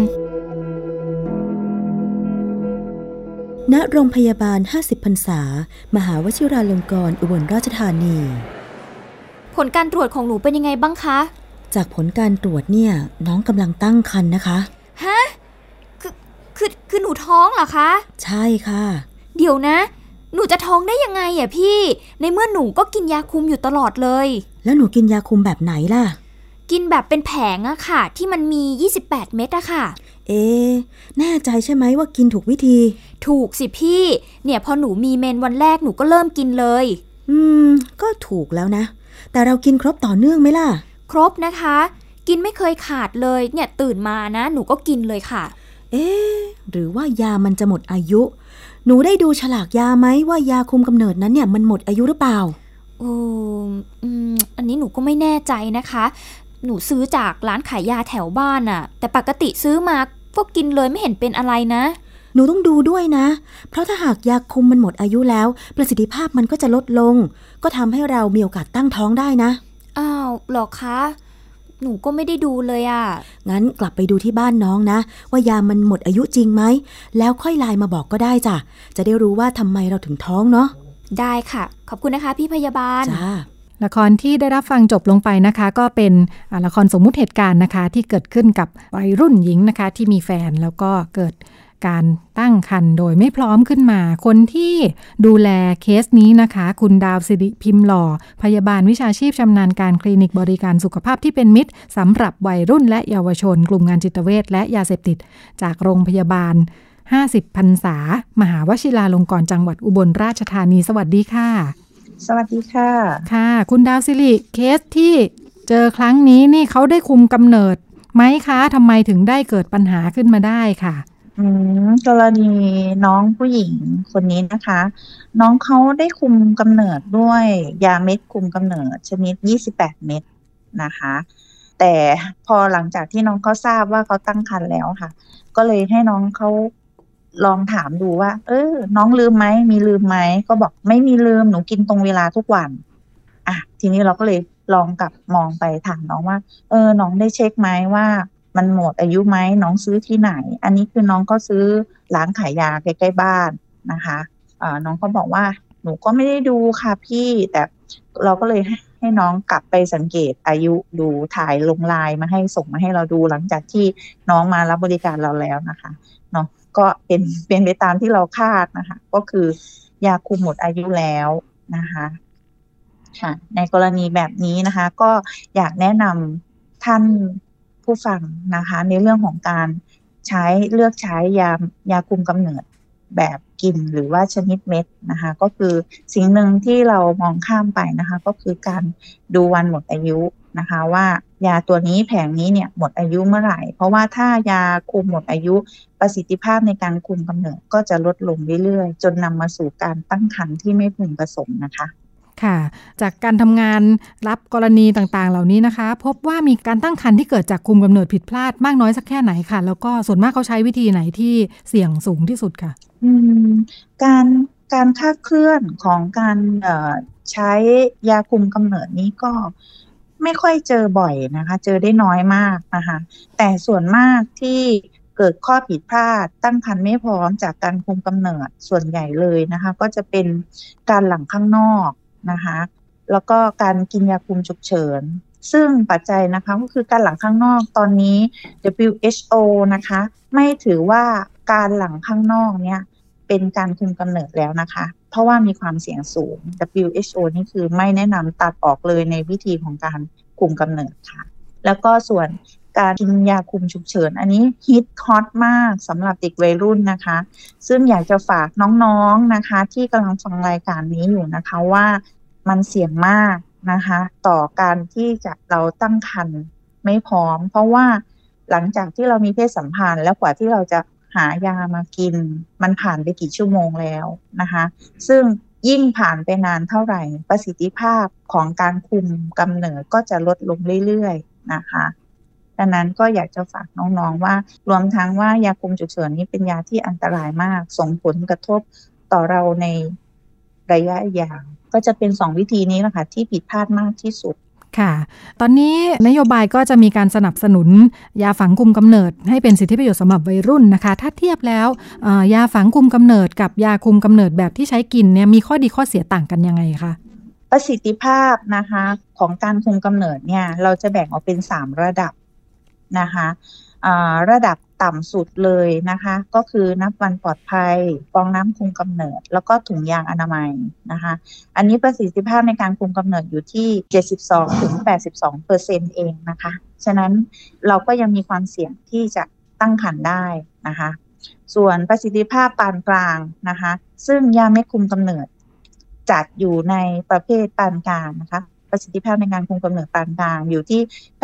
ณโรงพยาบาล50พรรษามหาวชิราลงกรณ์อุบลราชธานีผลการตรวจของหนูเป็นยังไงบ้างคะจากผลการตรวจเนี่ยน้องกำลังตั้งครรภ์นะคะฮะคือหนูท้องเหรอคะใช่ค่ะเดี๋ยวนะหนูจะท้องได้ยังไงอ่ะพี่ในเมื่อหนูก็กินยาคุมอยู่ตลอดเลยแล้วหนูกินยาคุมแบบไหนล่ะกินแบบเป็นแผงอะค่ะที่มันมี28เม็ดอะค่ะแน่ใจใช่ไหมว่ากินถูกวิธีถูกสิพี่เนี่ยพอหนูมีเมนวันแรกหนูก็เริ่มกินเลยก็ถูกแล้วนะแต่เรากินครบต่อเนื่องไหมล่ะครบนะคะกินไม่เคยขาดเลยเนี่ยตื่นมานะหนูก็กินเลยค่ะหรือว่ายามันจะหมดอายุหนูได้ดูฉลากยาไหมว่ายาคุมกำเนิดนั้นเนี่ยมันหมดอายุหรือเปล่าอันนี้หนูก็ไม่แน่ใจนะคะหนูซื้อจากร้านขายยาแถวบ้านอะแต่ปกติซื้อมาก็กินเลยไม่เห็นเป็นอะไรนะหนูต้องดูด้วยนะเพราะถ้าหากยาคุมมันหมดอายุแล้วประสิทธิภาพมันก็จะลดลงก็ทำให้เรามีโอกาสตั้งท้องได้นะอ้าวหรอคะหนูก็ไม่ได้ดูเลยอะงั้นกลับไปดูที่บ้านน้องนะว่ายามันหมดอายุจริงไหมแล้วค่อยไลน์มาบอกก็ได้จ้ะจะได้รู้ว่าทำไมเราถึงท้องเนาะได้ค่ะขอบคุณนะคะพี่พยาบาลจ้าละครที่ได้รับฟังจบลงไปนะคะก็เป็นละครสมมุติเหตุการณ์นะคะที่เกิดขึ้นกับวัยรุ่นหญิงนะคะที่มีแฟนแล้วก็เกิดการตั้งครรภ์โดยไม่พร้อมขึ้นมาคนที่ดูแลเคสนี้นะคะคุณดาวสิริพิมพ์หล่อพยาบาลวิชาชีพชำนาญการคลินิกบริการสุขภาพที่เป็นมิตรสำหรับวัยรุ่นและเยาวชนกลุ่มงานจิตเวชและยาเสพติดจากโรงพยาบาล50พรรษามหาวชิราลงกรณ์จังหวัดอุบลราชธานีสวัสดีค่ะสวัสดีค่ะค่ะคุณดาวสิริเคสที่เจอครั้งนี้นี่เขาได้คุมกำเนิดไหมคะทำไมถึงได้เกิดปัญหาขึ้นมาได้ค่ะกรณีน้องผู้หญิงคนนี้นะคะน้องเขาได้คุมกำเนิดด้วยยาเม็ดคุมกำเนิดชนิด28เม็ดนะคะแต่พอหลังจากที่น้องเขาทราบว่าเขาตั้งครรภ์แล้วค่ะก็เลยให้น้องเขาลองถามดูว่าน้องลืมไหมมีลืมไหมก็บอกไม่มีลืมหนูกินตรงเวลาทุกวันทีนี้เราก็เลยลองกลับมองไปถามน้องว่าน้องได้เช็คไหมว่ามันหมดอายุไหมน้องซื้อที่ไหนอันนี้คือน้องก็ซื้อร้านขายยาใกล้ๆบ้านนะคะน้องก็บอกว่าหนูก็ไม่ได้ดูค่ะพี่แต่เราก็เลยให้น้องกลับไปสังเกตอายุดูถ่ายลงไลน์มาให้ส่งมาให้เราดูหลังจากที่น้องมารับบริการเราแล้วนะคะเนาะก็เป็นไปตามที่เราคาดนะคะก็คือยาคุมหมดอายุแล้วนะคะค่ะในกรณีแบบนี้นะคะก็อยากแนะนำท่านผู้ฟังนะคะในเรื่องของการเลือกใช้ยาคุมกำเนิดแบบกินหรือว่าชนิดเม็ดนะคะก็คือสิ่งหนึ่งที่เรามองข้ามไปนะคะก็คือการดูวันหมดอายุนะคะว่ายาตัวนี้แผงนี้เนี่ยหมดอายุเมื่อไหร่เพราะว่าถ้ายาคุมหมดอายุประสิทธิภาพในการคุมกำเนิดก็จะลดลงเรื่อยๆจนนำมาสู่การตั้งครรภ์ที่ไม่พึงประสงค์นะคะค่ะจากการทำงานรับกรณีต่างๆเหล่านี้นะคะพบว่ามีการตั้งครรภ์ที่เกิดจากคุมกำเนิดผิดพลาดมากน้อยสักแค่ไหนค่ะแล้วก็ส่วนมากเขาใช้วิธีไหนที่เสี่ยงสูงที่สุดค่ะการคลาดเคลื่อนของการใช้ยาคุมกำเนิดนี้ก็ไม่ค่อยเจอบ่อยนะคะเจอได้น้อยมากนะคะแต่ส่วนมากที่เกิดข้อผิดพลาดตั้งครรภ์ไม่พร้อมจากการคุมกำเนิดส่วนใหญ่เลยนะคะก็จะเป็นการหลั่งข้างนอกนะคะแล้วก็การกินยาคุมฉุกเฉินซึ่งปัจจัยนะคะก็คือการหลั่งข้างนอกตอนนี้ WHO นะคะไม่ถือว่าการหลั่งข้างนอกเนี่ยเป็นการคุมกำเนิดแล้วนะคะเพราะว่ามีความเสี่ยงสูง WHO นี่คือไม่แนะนำตัดออกเลยในวิธีของการคุมกำเนิดค่ะแล้วก็ส่วนการกินยาคุมฉุกเฉินอันนี้ฮิตฮอตมากสำหรับเด็กวัยรุ่นนะคะซึ่งอยากจะฝากน้องๆนะคะที่กำลังฟังรายการนี้อยู่นะคะว่ามันเสี่ยงมากนะคะต่อการที่จะเราตั้งครรภ์ไม่พร้อมเพราะว่าหลังจากที่เรามีเพศสัมพันธ์แล้วกว่าที่เราจะหายามากินมันผ่านไปกี่ชั่วโมงแล้วนะคะซึ่งยิ่งผ่านไปนานเท่าไหร่ประสิทธิภาพของการคุมกำเนิดก็จะลดลงเรื่อยๆนะคะดังนั้นก็อยากจะฝากน้องๆว่ารวมทั้งว่ายาคุมฉุกเฉินนี้เป็นยาที่อันตรายมากส่งผลกระทบต่อเราในระยะยาวก็จะเป็น2วิธีนี้แหละค่ะที่ผิดพลาดมากที่สุดค่ะตอนนี้นโยบายก็จะมีการสนับสนุนยาฝังคุมกำเนิดให้เป็นสิทธิประโยชน์สำหรับวัยรุ่นนะคะถ้าเทียบแล้วยาฝังคุมกำเนิดกับยาคุมกำเนิดแบบที่ใช้กินเนี่ยมีข้อดีข้อเสียต่างกันยังไงคะประสิทธิภาพนะคะของการคุมกำเนิดเนี่ยเราจะแบ่งออกเป็น3ระดับนะคะระดับต่ำสุดเลยนะคะก็คือนับวันปลอดภัยฟองน้ำคุมกำเนิดแล้วก็ถุงยางอนามัยนะคะอันนี้ประสิทธิภาพในการคุมกำเนิดอยู่ที่ 72-82% เองนะคะฉะนั้นเราก็ยังมีความเสี่ยงที่จะตั้งครรภ์ได้นะคะส่วนประสิทธิภาพปานกลางนะคะซึ่งยาเม็ดคุมกำเนิดจัดอยู่ในประเภทปานกลางนะคะประสิทธิภาพในการคุมกำเนิดปานกลางอยู่ที่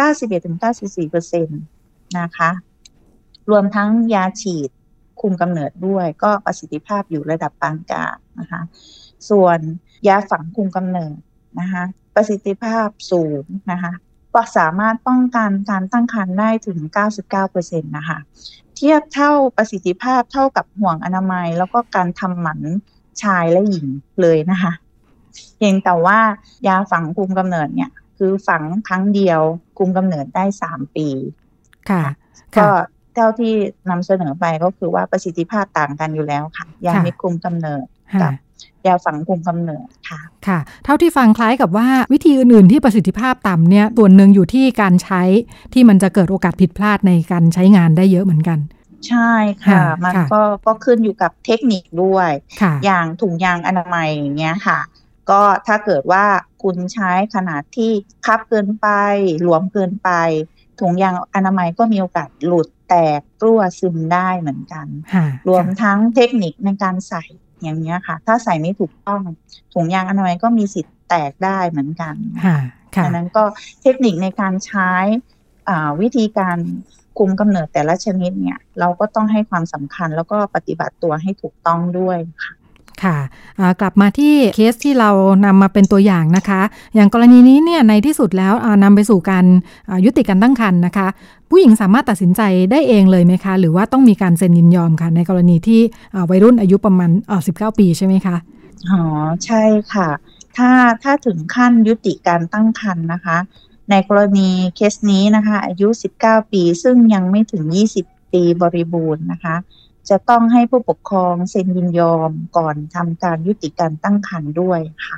91-94% นะคะรวมทั้งยาฉีดคุมกำเนิดด้วยก็ประสิทธิภาพอยู่ระดับปานกลางนะคะส่วนยาฝังคุมกำเนิดนะคะประสิทธิภาพสูงนะคะก็สามารถป้องกันการตั้งครรภ์ได้ถึง 99% นะคะเทียบเท่าประสิทธิภาพเท่ากับห่วงอนามัยแล้วก็การทำหมันชายและหญิงเลยนะคะเพียงแต่ว่ายาฝังคุมกำเนิดเนี่ยคือฝังครั้งเดียวคุมกำเนิดได้3 ปีค่ะก็เท่าที่นำเสนอไปก็คือว่าประสิทธิภาพต่างกันอยู่แล้วค่ะยาเม็ดคุมกำเนิดกับยาฝังคุมกำเนิดค่ะค่ะเท่าที่ฟังคล้ายกับว่าวิธีอื่นๆที่ประสิทธิภาพต่ำเนี่ยส่วนหนึ่งอยู่ที่การใช้ที่มันจะเกิดโอกาสผิดพลาดในการใช้งานได้เยอะเหมือนกันใช่ค่ะมันก็ขึ้นอยู่กับเทคนิคด้วยอย่างถุงยางอนามัยอย่างเงี้ยค่ะก็ถ้าเกิดว่าคุณใช้ขนาดที่คับเกินไปหลวมเกินไปถุงยางอนามัยก็มีโอกาสหลุดแตกรั่วซึมได้เหมือนกันรวมทั้งเทคนิคในการใส่อย่างเงี้ยค่ะถ้าใส่ไม่ถูกต้องถุงยางอนามัยก็มีสิทธิ์แตกได้เหมือนกันดังนั้นก็เทคนิคในการใช้วิธีการคุมกำเนิดแต่ละชนิดเนี่ยเราก็ต้องให้ความสำคัญแล้วก็ปฏิบัติตัวให้ถูกต้องด้วยค่ะค่ะกลับมาที่เคสที่เรานำมาเป็นตัวอย่างนะคะอย่างกรณีนี้เนี่ยในที่สุดแล้วนำไปสู่การยุติการตั้งครรภ์นะคะผู้หญิงสามารถตัดสินใจได้เองเลยไหมคะหรือว่าต้องมีการเซ็นยินยอมค่ะในกรณีที่วัยรุ่นอายุประมาณ19 ปีใช่ไหมคะอ๋อใช่ค่ะถ้าถึงขั้นยุติการตั้งครรภ์นะคะในกรณีเคสนี้นะคะอายุ19 ปีซึ่งยังไม่ถึง20 ปีบริบูรณ์นะคะจะต้องให้ผู้ปกครองเซ็นยินยอมก่อนทำการยุติการตั้งครรภ์ด้วยค่ะ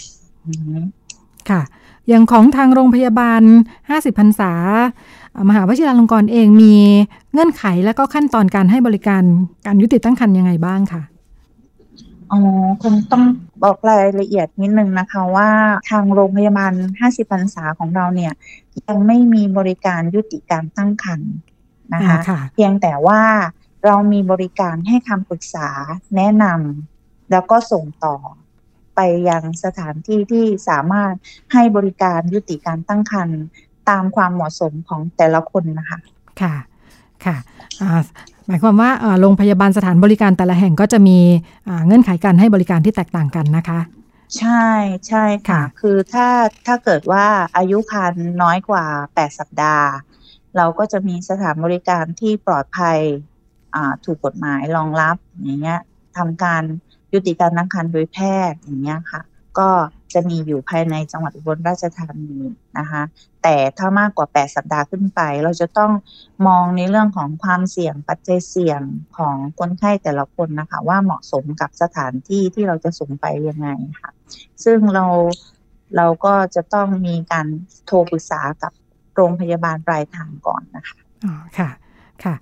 ค่ะอย่างของทางโรงพยาบาล50 พรรษามหาวชิราลงกรณ์เองมีเงื่อนไขและก็ขั้นตอนการให้บริการการยุติตั้งครรภ์ยังไงบ้างค่ะคงต้องบอกรายละเอียดนิดนึงนะคะว่าทางโรงพยาบาล50 พรรษาของเราเนี่ยยังไม่มีบริการยุติการตั้งครรภ์นะคะเพียงแต่ว่าเรามีบริการให้คำปรึกษาแนะนำแล้วก็ส่งต่อไปยังสถานที่ที่สามารถให้บริการยุติการตั้งครรภ์ตามความเหมาะสมของแต่ละคนนะคะค่ะค่ะหมายความว่าโรงพยาบาลสถานบริการแต่ละแห่งก็จะมีเงื่อนไขการให้บริการที่แตกต่างกันนะคะใช่ค่ะคือถ้าเกิดว่าอายุครรภ์น้อยกว่า8 สัปดาห์เราก็จะมีสถานบริการที่ปลอดภัยถูกกฎหมายรองรับอย่างเงี้ยทำการยุติการตั้งครรภ์โดยแพทย์อย่างเงี้ยค่ะก็จะมีอยู่ภายในจังหวัดอุบลราชธานีนะคะแต่ถ้ามากกว่า8 สัปดาห์ขึ้นไปเราจะต้องมองในเรื่องของความเสี่ยงปัจจัยเสี่ยงของคนไข้แต่ละคนนะคะว่าเหมาะสมกับสถานที่ที่เราจะส่งไปยังไงค่ะซึ่งเราก็จะต้องมีการโทรปรึกษากับโรงพยาบาลปลายทางก่อนนะคะอ๋อค่ะค่ะ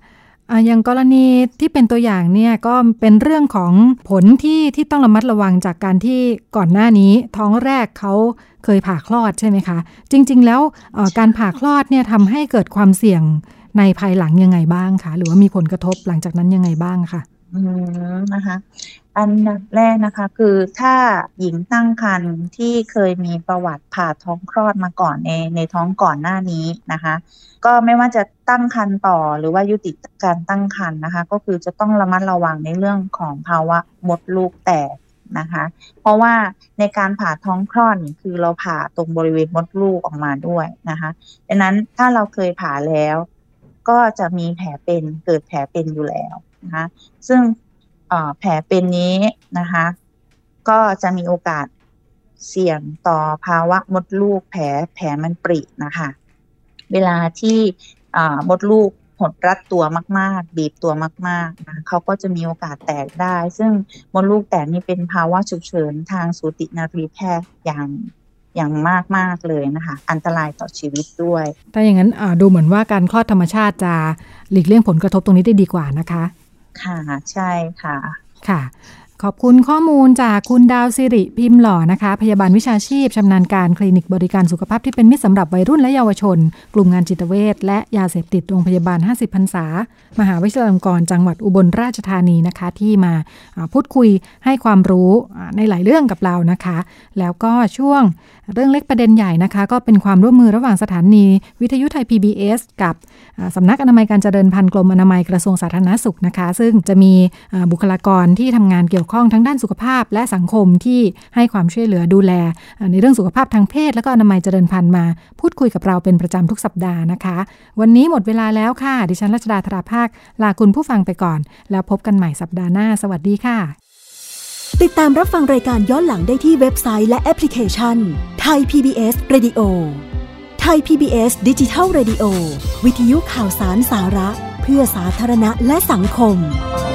อย่างกรณีที่เป็นตัวอย่างเนี่ยก็เป็นเรื่องของผลที่ต้องระมัดระวังจากการที่ก่อนหน้านี้ท้องแรกเขาเคยผ่าคลอดใช่ไหมคะจริงๆแล้วการผ่าคลอดเนี่ยทำให้เกิดความเสี่ยงในภายหลังยังไงบ้างคะหรือว่ามีผลกระทบหลังจากนั้นยังไงบ้างคะนะคะอันดับแรกนะคะคือถ้าหญิงตั้งครรภ์ที่เคยมีประวัติผ่าท้องคลอดมาก่อนในท้องก่อนหน้านี้นะคะก็ไม่ว่าจะตั้งครรภ์ต่อหรือว่ายุติการตั้งครรภ์นะคะก็คือจะต้องระมัดระวังในเรื่องของภาวะมดลูกแตกนะคะเพราะว่าในการผ่าท้องคลอดนี่คือเราผ่าตรงบริเวณมดลูกออกมาด้วยนะคะดังนั้นถ้าเราเคยผ่าแล้วก็จะมีแผลเป็นเกิดแผลเป็นอยู่แล้วนะคะซึ่งแผลเป็นนี้นะคะก็จะมีโอกาสเสี่ยงต่อภาวะมดลูกแผลมันปรินะคะเวลาที่มดลูกหดรัดตัวมากๆบีบตัวมากๆนะเขาก็จะมีโอกาสแตกได้ซึ่งมดลูกแตกนี่เป็นภาวะฉุกเฉินทางสูตินรีแพทย์อย่างมากเลยนะคะอันตรายต่อชีวิตด้วยถ้าอย่างนั้นดูเหมือนว่าการคลอดธรรมชาติจะหลีกเลี่ยงผลกระทบตรงนี้ได้ดีกว่านะคะค่ะใช่ค่ะค่ะขอบคุณข้อมูลจากคุณดาวสิริพิมพ์หล่อนะคะพยาบาลวิชาชีพชำนาญการคลินิกบริการสุขภาพที่เป็นมิตรสำหรับวัยรุ่นและเยาวชนกลุ่มงานจิตเวชและยาเสพติดโรงพยาบาล50พรรษามหาวิทยาลัยลำกรณ์จังหวัดอุบลราชธานีนะคะที่มาพูดคุยให้ความรู้ในหลายเรื่องกับเรานะคะแล้วก็ช่วงเรื่องเล็กประเด็นใหญ่นะคะก็เป็นความร่วมมือระหว่างสถานีวิทยุไทย PBS กับสำนักอนามัยการเจริญพันธุ์กรมอนามัยกระทรวงสาธารณสุขนะคะซึ่งจะมีบุคลากรที่ทำงานเกี่ยวข้องทั้งด้านสุขภาพและสังคมที่ให้ความช่วยเหลือดูแลในเรื่องสุขภาพทางเพศและก็อนามัยเจริญพันธุ์มาพูดคุยกับเราเป็นประจำทุกสัปดาห์นะคะวันนี้หมดเวลาแล้วค่ะดิฉันรัชดาธราภาคลาคุณผู้ฟังไปก่อนแล้วพบกันใหม่สัปดาห์หน้าสวัสดีค่ะติดตามรับฟังรายการย้อนหลังได้ที่เว็บไซต์และแอปพลิเคชัน Thai PBS Radio Thai PBS Digital Radio วิทยุข่าวสารสาระเพื่อสาธารณะและสังคม